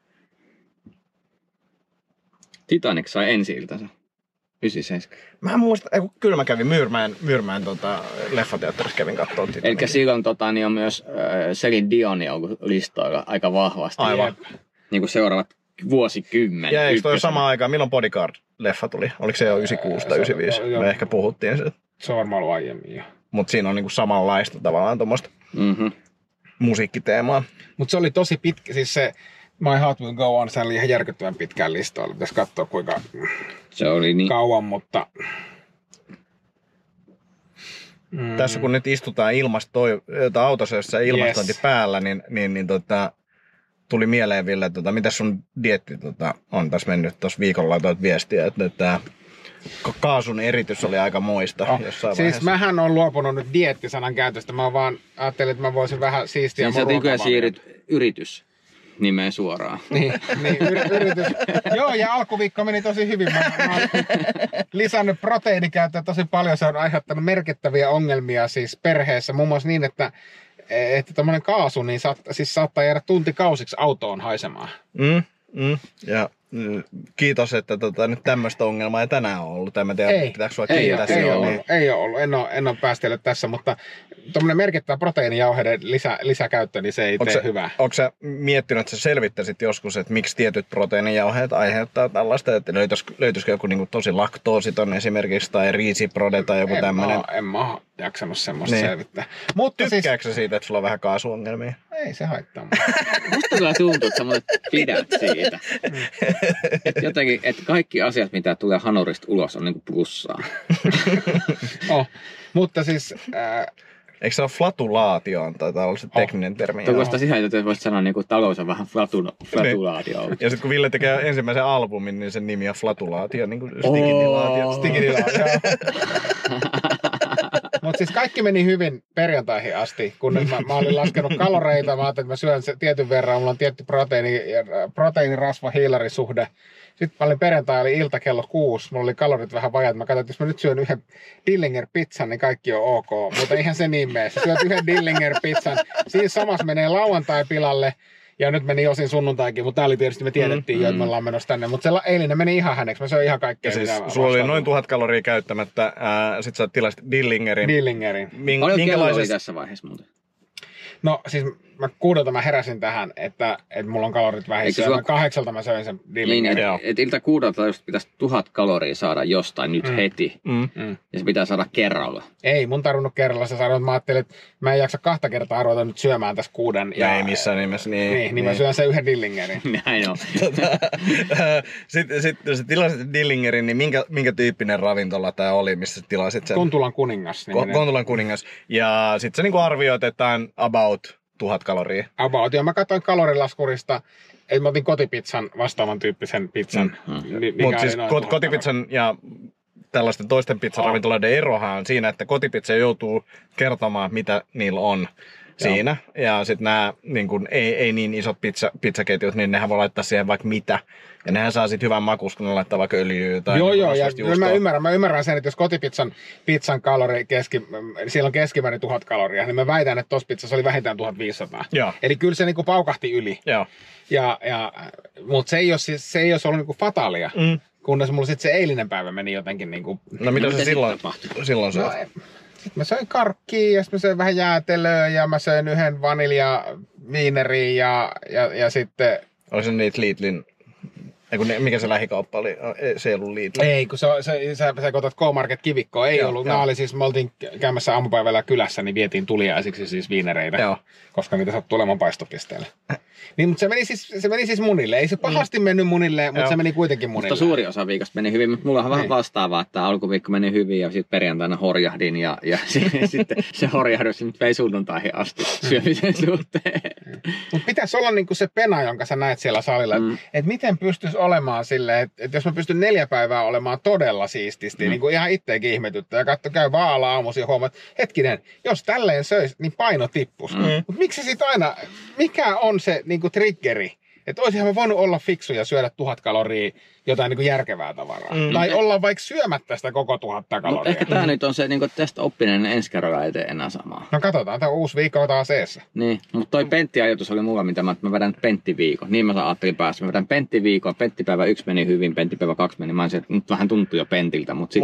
Titanic sai ensi-iltansa. yhdeksänkymmentäseitsemän. Mä en muista, ei, kun kyllä mä kävin Myyrmäen, Myyrmäen tota, leffateatterissa kävin kattoo Titanicia. Eli silloin tota, niin on myös äh, Celine Dion ollut listoilla aika vahvasti. Aivan. Niin kuin seuraavat vuosikymmen. Ja eikö toi ykkösenä. sama aikaan, milloin Bodyguard leffa tuli? Oliko se jo yhdeksänkymmentäkuusi tai yhdeksänkymmentäviisi? Me ehkä puhuttiin siitä. Se on varmaan ollut aiemmin jo. Mutta siinä on niinku samanlaista tavallaan tuommoista mm-hmm. musiikkiteemaa. Mutta se oli tosi pitkä, siis se My Heart Will Go On, se oli ihan järkyttävän pitkään listoilla. Pitäisi katsoa kuinka se oli niin kauan, mutta... Mm. Tässä kun nyt istutaan ilmasto, autossa, jossa ilmastointi yes. päällä, niin, niin, niin tota, tuli mieleen Ville, että tota, mitä sun dieetti tota, on tässä mennyt tuossa viikolla laitoit viestiä, että, että kaasun eritys oli aika moista oh. jossain siis vaiheessa. Mähän on luopunut nyt dieettisanan käytöstä, mä vaan ajattelin, että mä voisin vähän siistiä siis mun ruokavaliota. Sä siirryt yritys nimeen suoraan. Niin, niin yr- yritys. Joo, ja alkuviikko meni tosi hyvin. Mä, mä oon lisännyt proteiinikäyttöä tosi paljon. Se on aiheuttanut merkittäviä ongelmia siis perheessä. Muun muassa niin, että että tommonen kaasu niin saat, siis saattaa jäädä tuntikausiksi autoon haisemaan. Mm, mm, ja mm, kiitos, että tota, nyt tämmöistä ongelmaa ei tänään ole ollut. En tiedä, ei, pitääkö sua ei, kiittää ei, ei, ole niin. ollut, ei ole ollut. En ole, en ole päästellyt tässä, mutta tommonen merkittävä proteiinijauheiden lisä, lisäkäyttö, niin se ei onko tee se, hyvää. Onko sä miettinyt, että sä selvittäisit joskus, että miksi tietyt proteiinijauheet aiheuttaa tällaista, että löytyisikö, löytyisikö joku niin kuin tosi laktoositon esimerkiksi, tai riisiprode tai joku tämmöinen? En mä ole jaksanut semmoista niin. selvittää. Mutta tykkääkö siis... sä siitä, että sulla on vähän kaasuongelmia? Ei se haittaa. Musta kyllä tuntuu, että sä mulle pidät siitä. Että jotenkin, että kaikki asiat, mitä tulee hanurista ulos, on niinku plussaa. oh, mutta siis... Äh, Eikö se ole flatulaatio, taitaa olla se tekninen oh. termi? Tuo kuulostaa ihan, että voisit sanoa, että talous on vähän flatu, flatulaatio. Niin. Ja sitten kun Ville tekee ensimmäisen albumin, niin sen nimi on flatulaatio, niin kuin stikidilaatio. Oh. Stikidilaatio. Mutta siis kaikki meni hyvin perjantaihin asti, kun mä, mä olin laskenut kaloreita, mä ajattelin, että mä syön se tietyn verran, mulla on tietty proteiini, proteiinirasva-hiilarisuhde. Sitten mä olin perjantai, oli ilta kello kuusi, mulla oli kalorit vähän vajaat. Mä katsoin, että jos mä nyt syön yhden Dillinger-pizzan, niin kaikki on ok. Mutta eihän se niin mene. Sä syöt yhden Dillinger-pizzan, siinä samassa menee lauantai pilalle. Ja nyt meni osin sunnuntaikin, mutta tää oli tietysti, me tiedettiin mm, jo, että me ollaan menossa tänne. Mutta se eilinen meni ihan häneksi, mä söin ihan kaikkea. Ja siis sulla oli noin tuhat kaloria käyttämättä, ää, sit sä tilasit Dillingerin. Dillingerin. Mink- Paljon kello oli tässä vaiheessa muuten? No siis mä kuudelta mä heräsin tähän, että, että mulla on kalorit vähissä. Sulla... Kahdeksalta mä söin sen Dillingerin. Niin, että et ilta kuudelta just pitäisi tuhat kaloria saada jostain nyt mm. heti. Mm. Mm. Ja se pitää saada kerralla. Ei, mun tarvinnut kerralla se saada. Mä ajattelin, että mä en jaksa kahta kertaa ruveta nyt syömään tässä kuuden. Ja, ja ei missään nimessä. Niin, niin, niin, niin mä syön sen yhden Dillingerin. Näin on. Sitten sit, jos tilasit Dillingerin, niin minkä, minkä tyyppinen ravintola tää oli, missä tilasit sen? Kontulan kuningas. Ko- Kontulan kuningas. Ja sit sä niinku arvioit, että tää on about tuhat kaloria. About. Ja mä katsoin kalorilaskurista, että mä otin kotipizzan vastaavan tyyppisen pizzan. Mm. Mutta siis kot- kotipizzan ja tällaisten toisten pizzaravintoloiden erohan on siinä, että kotipizza joutuu kertomaan, mitä niillä on siinä. Joo. Ja sitten nämä niin kun, ei, ei niin isot pizza, pizzaketjut, niin nehän voi laittaa siihen vaikka mitä. Ja nehän saa sitten hyvän makus, kun ne laittaa vaikka öljyä tai joo, joo, ja mä ymmärrän, mä ymmärrän sen, että jos kotipizzan pizzan kalori keski, siellä on keskimäärin tuhat kaloria, niin mä väitän, että tossa pizzassa oli vähintään tuhatviisisataa. Joo. Eli kyllä se niinku paukahti yli. Joo. Ja, ja, mutta se ei ole, siis, se ei ole ollut niinku fataalia. Mm. Kunnes mulla sitten se eilinen päivä meni jotenkin niinku... No mitä se silloin, silloin no, sitten mä söin karkkia ja sitten mä söin vähän jäätelöä ja mä söin yhden vaniljaviineriin ja, ja, ja sitten... Oli se niitä Lidlin... Eiku, mikä se lähikauppa oli? Se ei ollut Lidl. Ei, kun se, se, sä, sä otat K-Market kivikkoa. Ei joo, ollut. Nämä oli siis, me oltiin käymässä aamupäivällä kylässä, niin vietiin tuliaisiksi siis viinereitä. Joo. Koska niitä sattuu olemaan paistopisteelle. Niin, mutta se meni, siis, se meni siis munille. Ei se pahasti mm. mennyt munille, mutta joo. Se meni kuitenkin munille. Mutta suuri osa viikosta meni hyvin, mutta mulla on vähän vastaavaa, että alkuviikko meni hyvin ja sitten perjantaina horjahdin ja, ja sitten se horjahdus nyt vei sunnuntaihin asti syömisen suhteen. Mutta pitäisi olla niinku se pena, jonka sä näet siellä salilla, mm. että et miten pystyisi olemaan silleen, että et jos mä pystyn neljä päivää olemaan todella siististi, mm. niin kuin ihan itseäkin ihmetyttää ja katso, käy vaala aamuisin ja huomaat, hetkinen, jos tälleen söisi, niin paino tippus. Mm. Mutta miksi sit aina, mikä on se niinku triggeri? Että olisinhan mä voinut olla fiksu ja syödä tuhat kaloria jotain niin kuin järkevää tavaraa. Mm. Tai olla vaikka syömättä sitä koko tuhatta kaloria. Mutta ehkä tää mm. nyt on se, niin kuin tästä oppinen, ensi kerralla ei tee enää samaa. No katsotaan, tämä uusi viikko taas eessä. Niin, mutta toi Pentti-ajatus oli mulla, mitä mä, mä vedän Pentti-viikon. Niin mä ajattelin päästä. Mä vedän Pentti-viikon, Pentti-päivä yksi meni hyvin, Pentti-päivä kaksi meni. Mä olisin, että nyt vähän tuntui jo Pentiltä, mutta sit, Mut,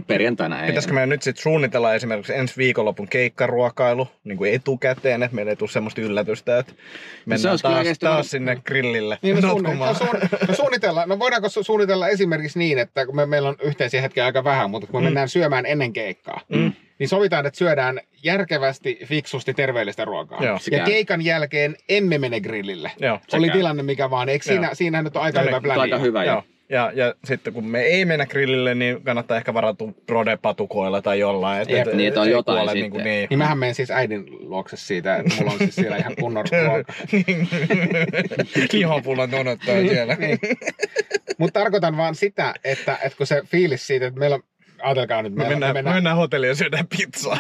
perjantaina ei. Pitäisikö meidän nyt sitten suunnitella esimerkiksi ensi viikonlopun keikkaruokailu niin kuin etukäteen, että meillä ei tule semmoista yllätystä, että mennään se taas, taas vaan... sinne grillille. Niin, no, suun, no, suun, no suunnitella, no voidaanko su- suunnitella esimerkiksi niin, että kun me, meillä on yhteisiä hetkiä aika vähän, mutta kun me mm. mennään syömään ennen keikkaa, mm. niin sovitaan, että syödään järkevästi, fiksusti, terveellistä ruokaa. Joo. Ja keikan jälkeen emme mene grillille. Joo, oli tilanne mikä vaan. Eikö siinä, siinähän nyt on aika no, hyvä pläni? Aika hyvä, joo. Ja, ja sitten kun me ei mennä grillille, niin kannattaa ehkä varautua rodepatukoilla tai jollain. Et, et, niin, että on jotain sitten. Niin, kuin, niin. niin mähän menen siis äidin luokse siitä, että mulla on siis siellä ihan kunnon ruoka. Lihapullat odottaa siellä. Niin. Mutta tarkoitan vaan sitä, että, että kun se fiilis siitä, että meillä on ajatelkaa nyt. Me mennään, mennään... mennään hotelliin ja syödään pizzaa.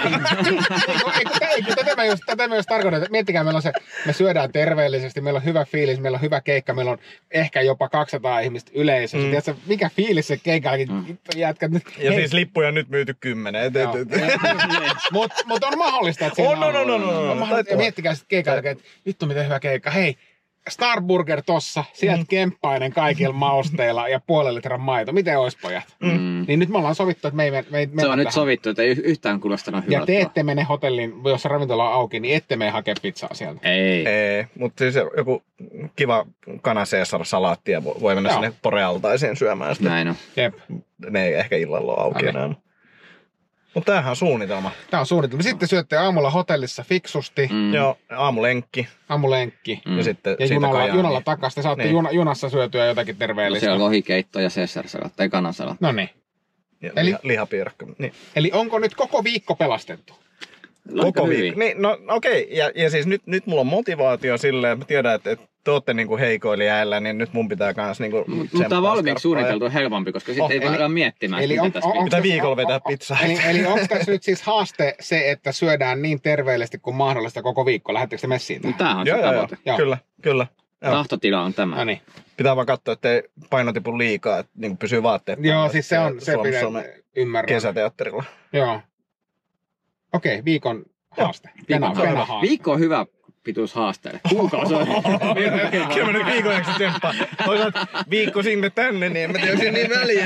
ei, kun tätä mä just, tätä mä just tarkoitan. Miettikää, meillä on se, me syödään terveellisesti, meillä on hyvä fiilis, meillä on hyvä keikka, meillä on ehkä jopa kaksisataa ihmistä yleisössä. Mm. Tiedätkö, mikä fiilis se keikallakin mm. jätkät nyt? Ja hei. Siis lippuja on nyt myyty kymmenen. Mutta mut on mahdollista, että siinä on. On, on, on, on, on. on. Ja miettikää sitten keikalla, että vittu miten hyvä keikka. Hei. Starburger tossa, sieltä mm. kemppainen kaikilla mausteilla ja puolen litran maito. Miten ois pojat? Mm. Niin nyt me ollaan sovittu, että me ei me, me, me Se on nyt tähän. sovittu, että ei yhtään kuulostanut hyvältä. Ja te ette mene hotelliin, jos ravintola on auki, niin ette mene hakea pizzaa sieltä. Ei. Ei, mutta siis joku kiva kana Caesar-salaatti ja voi mennä Joo. sinne Porealtaisiin syömään sitä. Näin on. Jep. Ne ei ehkä illalla ole auki enää. Mutta tämähän on suunnitelma. Tämä on suunnitelma. Sitten syötte aamulla hotellissa fiksusti. Mm. Joo, aamulenkki. Aamulenkki. Mm. Ja sitten ja junalla, junalla takaisin. Te saatte niin. juna, junassa syötyä jotakin terveellistä. No siellä on lohikeitto ja Caesar-salaatti tai kanansalatti. No niin. Ja eli, liha, lihapiirakka. Niin. Eli onko nyt koko viikko pelastettu? Koko viikko. Niin, no okei. Okay. Ja, ja siis nyt, nyt mulla on motivaatio silleen, mä tiedän, että, että te ootte niinku heikoilla jäällä, niin nyt mun pitää kans niinku mutta on valmiiksi suunniteltu helpompi, koska sitten oh, ei voida miettimään, eli mitä on, tässä on, pitää viikolla on, vetää on, pizzaa. Eli, eli onko tässä nyt siis haaste se, että syödään niin terveellisesti kuin mahdollista koko viikko? Lähettekö te messiin tähän? Tämähän on joo, se joo, tavoite. Joo. Kyllä, kyllä. Joo. Tahtotila on tämä. No niin. Pitää vaan katsoa, ettei paino tipu liikaa, että niin pysyy vaatteet. Joo, siis se on, se pitää ymmärrää. Kesäteatterilla. Joo. Okei, okay, viikon haaste. Pena, pena haaste. Viikko on hyvä pituus haasteelle. Kuukausi on. Kyllä mä nyt viikon eikö tsemppaa. Toisaalta viikko sinne tänne, niin en mä tiedä, onko niin väliä.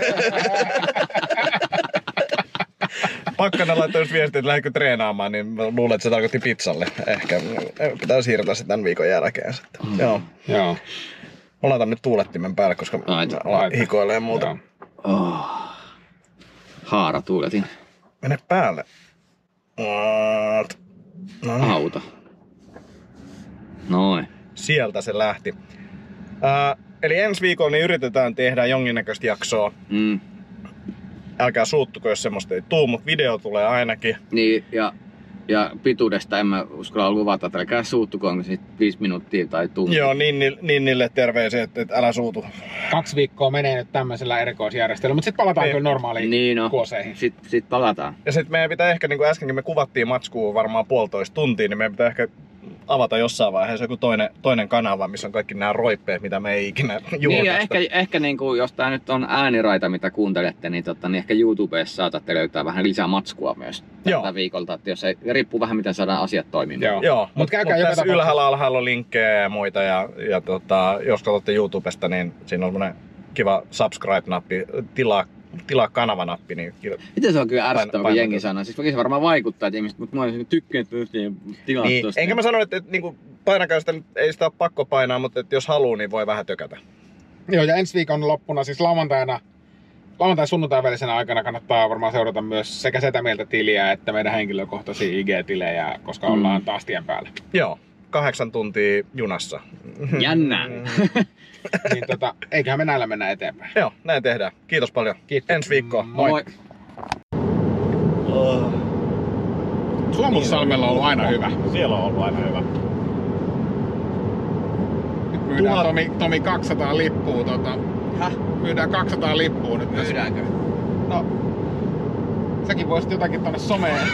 Pakkana laittoi just viestiä, että lähdekö treenaamaan, niin mä luulen, että se tarkoitti pizzalle. Ehkä pitää siirtää se tämän viikon jälkeen sitten. Mm. Joo. Joo. Mä laitan nyt tuulettimen päälle, koska alan hikoilee ja muuta. Oh. Haara tuuletin. Mene päälle. No niin. Auta. Noin. Sieltä se lähti. Äh, eli ensi viikolla niin yritetään tehdä jonkinnäköistä jaksoa. Mm. Älkää suuttuko, jos semmoista ei tuu, mutta video tulee ainakin. Niin, ja, ja pituudesta en mä uskalla luvata, että älkää suuttuko, onko siitä viisi minuuttia tai tunti. Joo, niin, niin, niin niille terveisiä, että, että älä suutu. Kaksi viikkoa menee nyt tämmöisellä erikoisjärjestelyllä, mutta sitten palataan niin. kyllä normaaliin niin no. kuoseihin. Sitten sit palataan. Ja sitten meidän pitää ehkä, niin kuin äskenkin me kuvattiin matskua varmaan puolitoista tuntia, niin meidän pitää ehkä avata jossain vaiheessa joku toinen, toinen kanava, missä on kaikki nämä roippeet, mitä me ei ikinä julkaista. Niin ja ehkä, ehkä niin kuin, jos tää nyt on ääniraita, mitä kuuntelette, niin, totta, niin ehkä YouTubessa saatatte löytää vähän lisää matskua myös tältä viikolta. Että jos ei, riippuu vähän miten saadaan asiat toimimaan. Joo, Joo mutta mut, mut tässä ylhäällä alhaalla on linkkejä ja muita. Ja, ja tota, jos katsotte YouTubesta, niin siinä on semmoinen kiva subscribe-nappi, tilaa tilaa kanavanappi, niin miten se on kyllä ärsyttävä, kun jengi sanoo. Siis se varmaan vaikuttaa, että ihmiset, mutta mä olisin tykkään, että yhtiin tilaa niin, tosta. Enkä mä sano, että, että, että niin painakaa sitä, ei sitä ole pakko painaa, mutta että jos haluaa, niin voi vähän tökätä. Joo, ja ensi viikon loppuna, siis lauantaina, lauantai sunnuntain välisenä aikana kannattaa varmaan seurata myös sekä Setä Mieltä tiliä, että meidän henkilökohtaisia I G-tilejä, koska mm. ollaan taas tien päällä. Joo, kahdeksan tuntia junassa. Jännää. Niin tota, eiköhän me näillä mennä eteenpäin. Joo, näin tehdään. Kiitos paljon. Kiitos. Ensi viikkoon. Moi. Moi. Oh. Suomussalmella on ollut aina hyvä. Siellä on ollut aina hyvä. Nyt myydään Tuhat... Tomi, Tomi kaksisataa lippua. Tota... Häh? Myydään kaksisataa lippua nyt. Myydäänkö? No, säkin voisit jotakin tonne someen.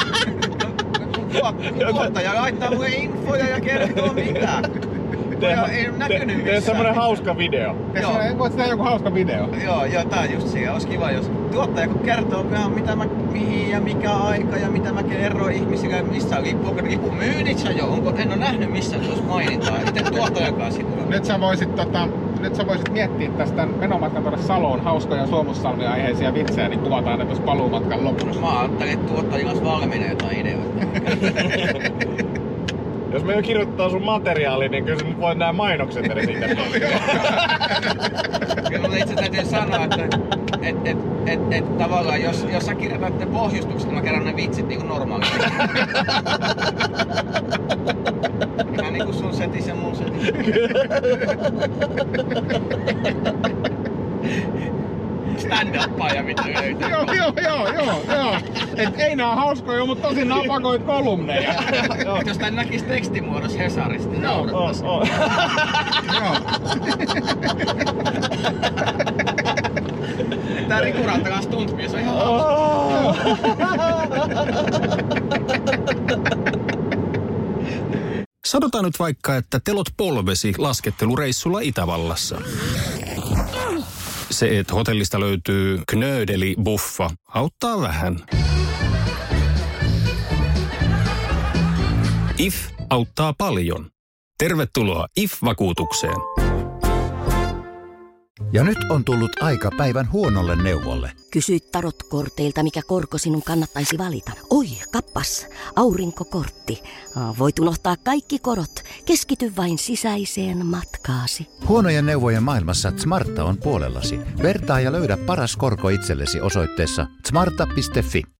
Tuottaja laittaa mulle infoja ja kertoo mitä. Ei ole näkynyt missään. Tee semmonen hauska video. Voit tehdä joku hauska video. Joo, joo, tää on just siinä. Olisi kiva, jos tuottaja kun kertoo vähän mitä mä, mihin ja mikä aika ja mitä mä kerron ihmisille, missä on lippu, onko lippu myynnissä jo, onko, en ole nähnyt missään, se olisi mainintaa. Itse tuottajan kanssa. Nyt sä voisit tota, nyt sä voisit miettiä tästä menomatkan tuonne Saloon hauskoja Suomussalmi-aiheisia vitsejä, niin kuvataan ne tuossa paluumatkan lopussa. Mä ajattelin, että tuottajilla olisi valmiina jotain ideoita. Jos me jo kirjoittaa sun materiaali, niin kyllä sä nyt voit nää mainokset edes siitä. Kyllä mun itse täytyy sanoa, että et, et, et, et, tavallaan jos, jos sä kirjoitat ne pohjustukset, niin mä kerron ne vitsit niinku normaalisti. Ihan niinku sun setis ja mun setis. Stand-uppaja mitä löytyy. Joo, joo, joo, joo, joo. Et ei nää hauskoja, mutta tosi napakoit kolumneja. Jos tän näkis tekstimuodossa Hesarista, niin naurattais. Oh, oh. Joo. Tää Riku Rantakan stuntmies on ihan Oh. Sanotaan nyt vaikka, että telot polvesi laskettelureissulla Itävallassa. Se, että hotellista löytyy knöydeli-buffa, auttaa vähän. I F auttaa paljon. Tervetuloa I F-vakuutukseen. Ja nyt on tullut aika päivän huonolle neuvolle. Kysy tarotkorteilta, mikä korko sinun kannattaisi valita. Oi, kappas, aurinkokortti. Voit unohtaa kaikki korot. Keskity vain sisäiseen matkaasi. Huonojen neuvojen maailmassa Smarta on puolellasi. Vertaa ja löydä paras korko itsellesi osoitteessa smarta piste fi.